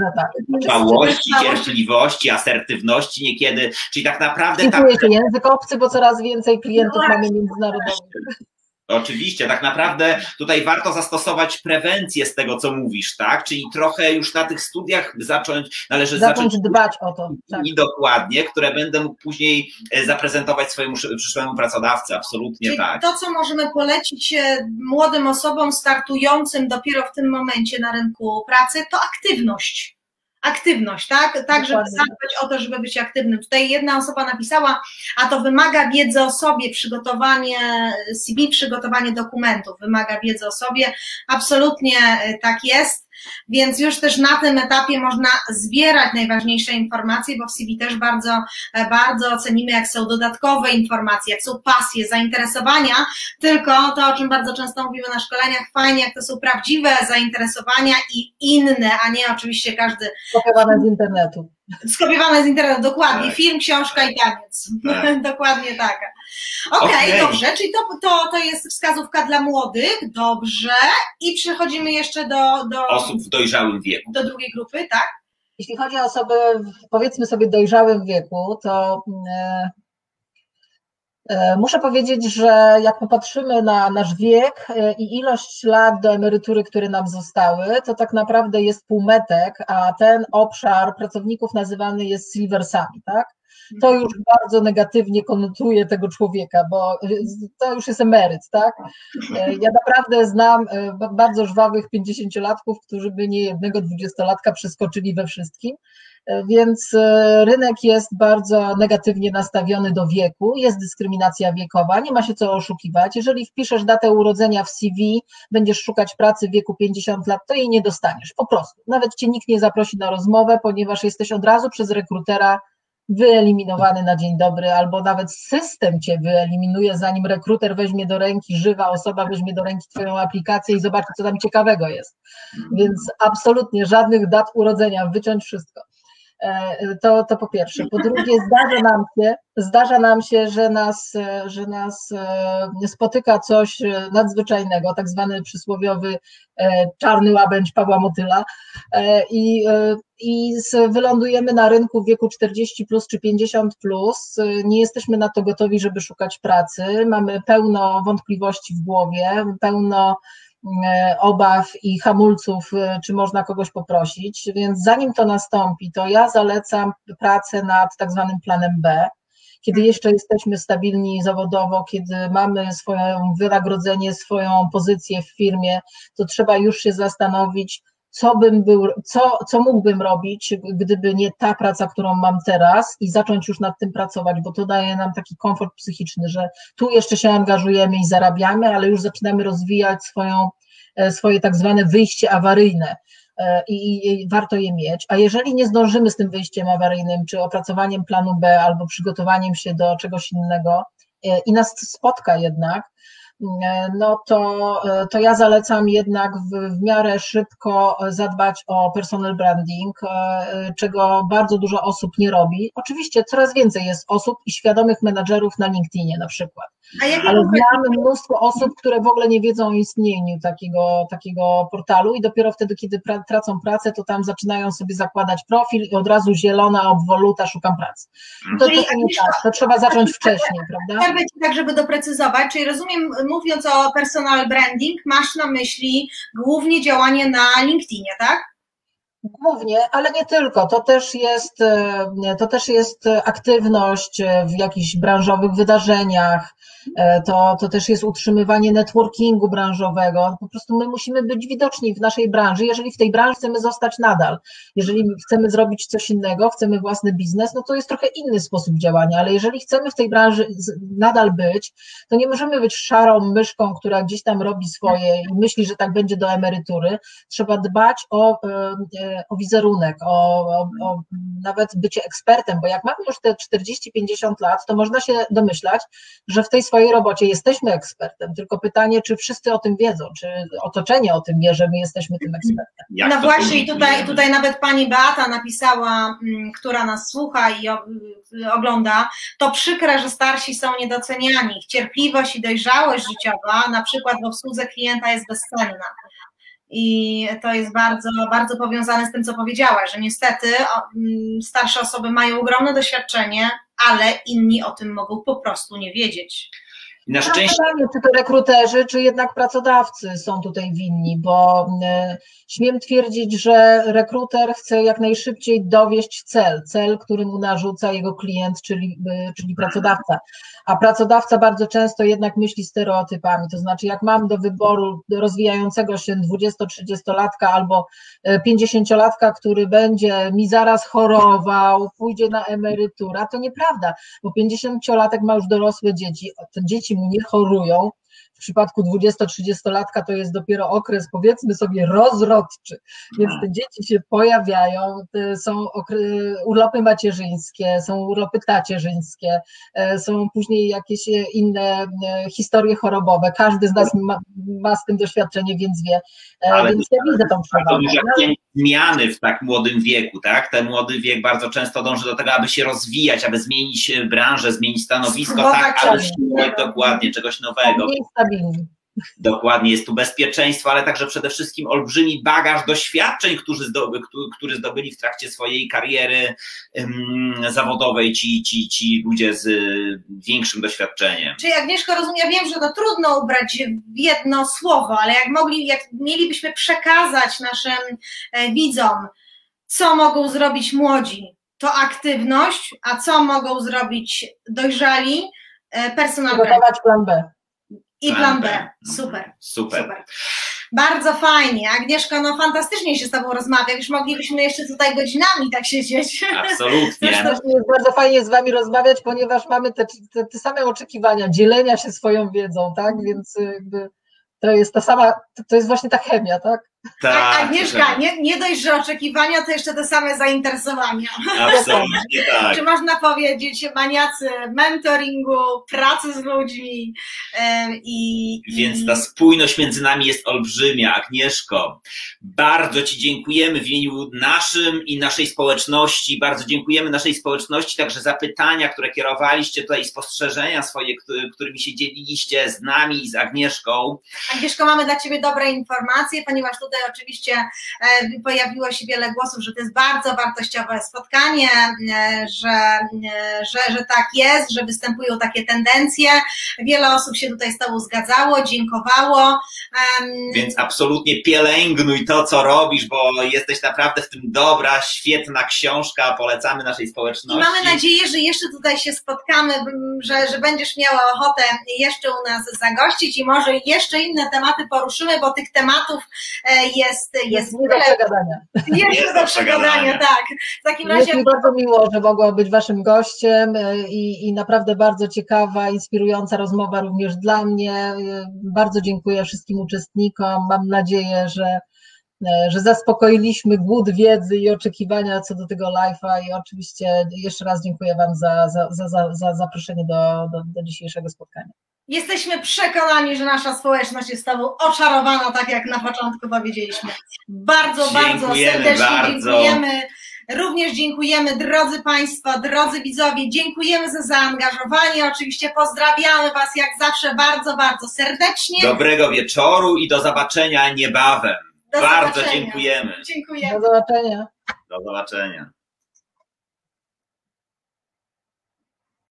Dbałości, cierpliwości, asertywności niekiedy, czyli tak naprawdę... Dziękuję tak... język obcy, bo coraz więcej klientów no, mamy międzynarodowych. Oczywiście, tak naprawdę tutaj warto zastosować prewencję z tego, co mówisz, tak? Czyli trochę już na tych studiach zacząć, należy zacząć, zacząć dbać o to. Tak. I dokładnie, które będę mógł później zaprezentować swojemu przyszłemu pracodawcy, absolutnie Czyli tak. To, co możemy polecić młodym osobom startującym dopiero w tym momencie na rynku pracy, to aktywność. Aktywność, tak? Tak, żeby zadbać o to, żeby być aktywnym. Tutaj jedna osoba napisała, a to wymaga wiedzy o sobie, przygotowanie C V, przygotowanie dokumentów, wymaga wiedzy o sobie. Absolutnie tak jest, więc już też na tym etapie można zbierać najważniejsze informacje, bo w C V też bardzo, bardzo cenimy, jak są dodatkowe informacje, jak są pasje, zainteresowania, tylko to, o czym bardzo często mówimy na szkoleniach, fajnie, jak to są prawdziwe zainteresowania i inne, a nie oczywiście każdy... Skopiowane z internetu. Skopiowane z internetu, dokładnie, tak. Film, książka i taniec, tak. Dokładnie tak. Okej, okay, okay. Dobrze, czyli to, to, to jest wskazówka dla młodych, dobrze, i przechodzimy jeszcze do, do... osób w dojrzałym wieku. Do drugiej grupy, tak? Jeśli chodzi o osoby, powiedzmy sobie, w dojrzałym wieku, to e, e, muszę powiedzieć, że jak popatrzymy na nasz wiek e, i ilość lat do emerytury, które nam zostały, to tak naprawdę jest półmetek, a ten obszar pracowników nazywany jest silversami, tak? To już bardzo negatywnie konotuje tego człowieka, bo to już jest emeryt, tak? Ja naprawdę znam bardzo żwawych pięćdziesięciolatków, którzy by nie jednego dwudziestolatka przeskoczyli we wszystkim, więc rynek jest bardzo negatywnie nastawiony do wieku, jest dyskryminacja wiekowa, nie ma się co oszukiwać. Jeżeli wpiszesz datę urodzenia w C V, będziesz szukać pracy w wieku pięćdziesiąt lat, to jej nie dostaniesz, po prostu. Nawet cię nikt nie zaprosi na rozmowę, ponieważ jesteś od razu przez rekrutera wyeliminowany na dzień dobry, albo nawet system cię wyeliminuje, zanim rekruter weźmie do ręki, żywa osoba weźmie do ręki twoją aplikację i zobaczy, co tam ciekawego jest. Więc absolutnie żadnych dat urodzenia, wyciąć wszystko. To, to po pierwsze. Po drugie, zdarza nam się, zdarza nam się, że nas, że nas spotyka coś nadzwyczajnego, tak zwany przysłowiowy czarny łabędź Pawła Motyla i, i wylądujemy na rynku w wieku czterdzieści plus czy pięćdziesiąt plus, nie jesteśmy na to gotowi, żeby szukać pracy, mamy pełno wątpliwości w głowie, pełno obaw i hamulców, czy można kogoś poprosić, więc zanim to nastąpi, to ja zalecam pracę nad tak zwanym planem B, kiedy jeszcze jesteśmy stabilni zawodowo, kiedy mamy swoje wynagrodzenie, swoją pozycję w firmie, to trzeba już się zastanowić, co bym był, co, co mógłbym robić, gdyby nie ta praca, którą mam teraz, i zacząć już nad tym pracować, bo to daje nam taki komfort psychiczny, że tu jeszcze się angażujemy i zarabiamy, ale już zaczynamy rozwijać swoją, swoje tak zwane wyjście awaryjne i, i warto je mieć. A jeżeli nie zdążymy z tym wyjściem awaryjnym, czy opracowaniem planu B, albo przygotowaniem się do czegoś innego i nas spotka jednak, no to, to ja zalecam jednak w, w miarę szybko zadbać o personal branding, czego bardzo dużo osób nie robi. Oczywiście coraz więcej jest osób i świadomych menadżerów na LinkedInie na przykład, Ale znamy mnóstwo osób, które w ogóle nie wiedzą o istnieniu takiego, takiego portalu i dopiero wtedy, kiedy pra, tracą pracę, to tam zaczynają sobie zakładać profil i od razu zielona obwoluta, szukam pracy. To, to, to nie tak, to trzeba zacząć wcześniej, prawda? Przerwę ci tak, żeby doprecyzować, czyli rozumiem, mówiąc o personal branding, masz na myśli głównie działanie na LinkedInie, tak? Głównie, ale nie tylko. To też jest, to też jest aktywność w jakichś branżowych wydarzeniach, to, to też jest utrzymywanie networkingu branżowego. Po prostu my musimy być widoczni w naszej branży, jeżeli w tej branży chcemy zostać nadal. Jeżeli chcemy zrobić coś innego, chcemy własny biznes, no to jest trochę inny sposób działania, ale jeżeli chcemy w tej branży nadal być, to nie możemy być szarą myszką, która gdzieś tam robi swoje i myśli, że tak będzie do emerytury. Trzeba dbać o o wizerunek, o, o, o nawet bycie ekspertem, bo jak mamy już te czterdzieści pięćdziesiąt lat, to można się domyślać, że w tej swojej robocie jesteśmy ekspertem, tylko pytanie, czy wszyscy o tym wiedzą, czy otoczenie o tym wie, że my jesteśmy tym ekspertem. Jak no właśnie i tutaj, tutaj nawet pani Beata napisała, która nas słucha i ogląda, to przykre, że starsi są niedoceniani. Cierpliwość i dojrzałość życiowa, na przykład w obsłudze klienta, jest bezcenna. I to jest bardzo, bardzo powiązane z tym, co powiedziałaś, że niestety starsze osoby mają ogromne doświadczenie, ale inni o tym mogą po prostu nie wiedzieć. Na szczęście... Czy to rekruterzy, czy jednak pracodawcy są tutaj winni, bo śmiem twierdzić, że rekruter chce jak najszybciej dowieść cel, cel, który mu narzuca jego klient, czyli, czyli pracodawca. A pracodawca bardzo często jednak myśli stereotypami, to znaczy jak mam do wyboru rozwijającego się dwudziesto-trzydziestolatka albo pięćdziesięciolatka, który będzie mi zaraz chorował, pójdzie na emeryturę, to nieprawda, bo pięćdziesięciolatek ma już dorosłe dzieci, te dzieci mu nie chorują. W przypadku dwudziesto-trzydziestolatka to jest dopiero okres, powiedzmy sobie, rozrodczy, więc te dzieci się pojawiają, są urlopy macierzyńskie, są urlopy tacierzyńskie, są później jakieś inne historie chorobowe, każdy z nas ma, ma z tym doświadczenie, więc wie, ale więc ja widzę tą przewagę. Zmiany w tak młodym wieku, tak? Ten młody wiek bardzo często dąży do tego, aby się rozwijać, aby zmienić branżę, zmienić stanowisko, Spróbować tak, aby się dokładnie czegoś nowego. Dokładnie, jest tu bezpieczeństwo, ale także przede wszystkim olbrzymi bagaż doświadczeń, który zdobyli, który zdobyli w trakcie swojej kariery um, zawodowej ci, ci, ci ludzie z większym doświadczeniem. Czyli Agnieszko, rozumiem, ja wiem, że to trudno ubrać w jedno słowo, ale jak mogli, jak mielibyśmy przekazać naszym e, widzom, co mogą zrobić młodzi, to aktywność, a co mogą zrobić dojrzali, e, personal brand. Gotować plan B. I plan B. Super. Super. Super. Bardzo fajnie. Agnieszko, no fantastycznie się z Tobą rozmawia. Już moglibyśmy jeszcze tutaj godzinami tak siedzieć. Absolutnie. Zresztą jest bardzo fajnie z Wami rozmawiać, ponieważ mamy te, te, te same oczekiwania, dzielenia się swoją wiedzą, tak? Więc jakby to jest ta sama, to jest właśnie ta chemia, tak? Tak, Agnieszka, nie, nie dość, że oczekiwania, to jeszcze te same zainteresowania. Absolutnie tak. Czy można powiedzieć, maniacy mentoringu, pracy z ludźmi i... Więc ta spójność między nami jest olbrzymia. Agnieszko, bardzo Ci dziękujemy w imieniu naszym i naszej społeczności, bardzo dziękujemy naszej społeczności także za pytania, które kierowaliście tutaj, spostrzeżenia swoje, którymi się dzieliliście z nami i z Agnieszką. Agnieszko, mamy dla Ciebie dobre informacje, ponieważ tutaj oczywiście pojawiło się wiele głosów, że to jest bardzo wartościowe spotkanie, że, że, że tak jest, że występują takie tendencje. Wiele osób się tutaj z Tobą zgadzało, dziękowało. Więc absolutnie pielęgnuj to, co robisz, bo jesteś naprawdę w tym dobra, świetna książka, polecamy naszej społeczności. I mamy nadzieję, że jeszcze tutaj się spotkamy, że, że będziesz miała ochotę jeszcze u nas zagościć i może jeszcze inne tematy poruszymy, bo tych tematów jest, jest, jest nie do przegadania. Jeszcze jest do przegadania, tak. W takim razie... Jest mi bardzo miło, że mogłam być Waszym gościem i, i naprawdę bardzo ciekawa, inspirująca rozmowa również dla mnie. Bardzo dziękuję wszystkim uczestnikom. Mam nadzieję, że, że zaspokoiliśmy głód wiedzy i oczekiwania co do tego live'a i oczywiście jeszcze raz dziękuję Wam za, za, za, za zaproszenie do, do, do dzisiejszego spotkania. Jesteśmy przekonani, że nasza społeczność jest z Tobą oczarowana, tak jak na początku powiedzieliśmy. Bardzo, dziękujemy bardzo serdecznie bardzo. dziękujemy. Również dziękujemy, drodzy Państwo, drodzy widzowie, dziękujemy za zaangażowanie, oczywiście pozdrawiamy Was jak zawsze bardzo, bardzo serdecznie. Dobrego wieczoru i do zobaczenia niebawem. Do bardzo zobaczenia. dziękujemy. Dziękujemy. Do zobaczenia. Do zobaczenia.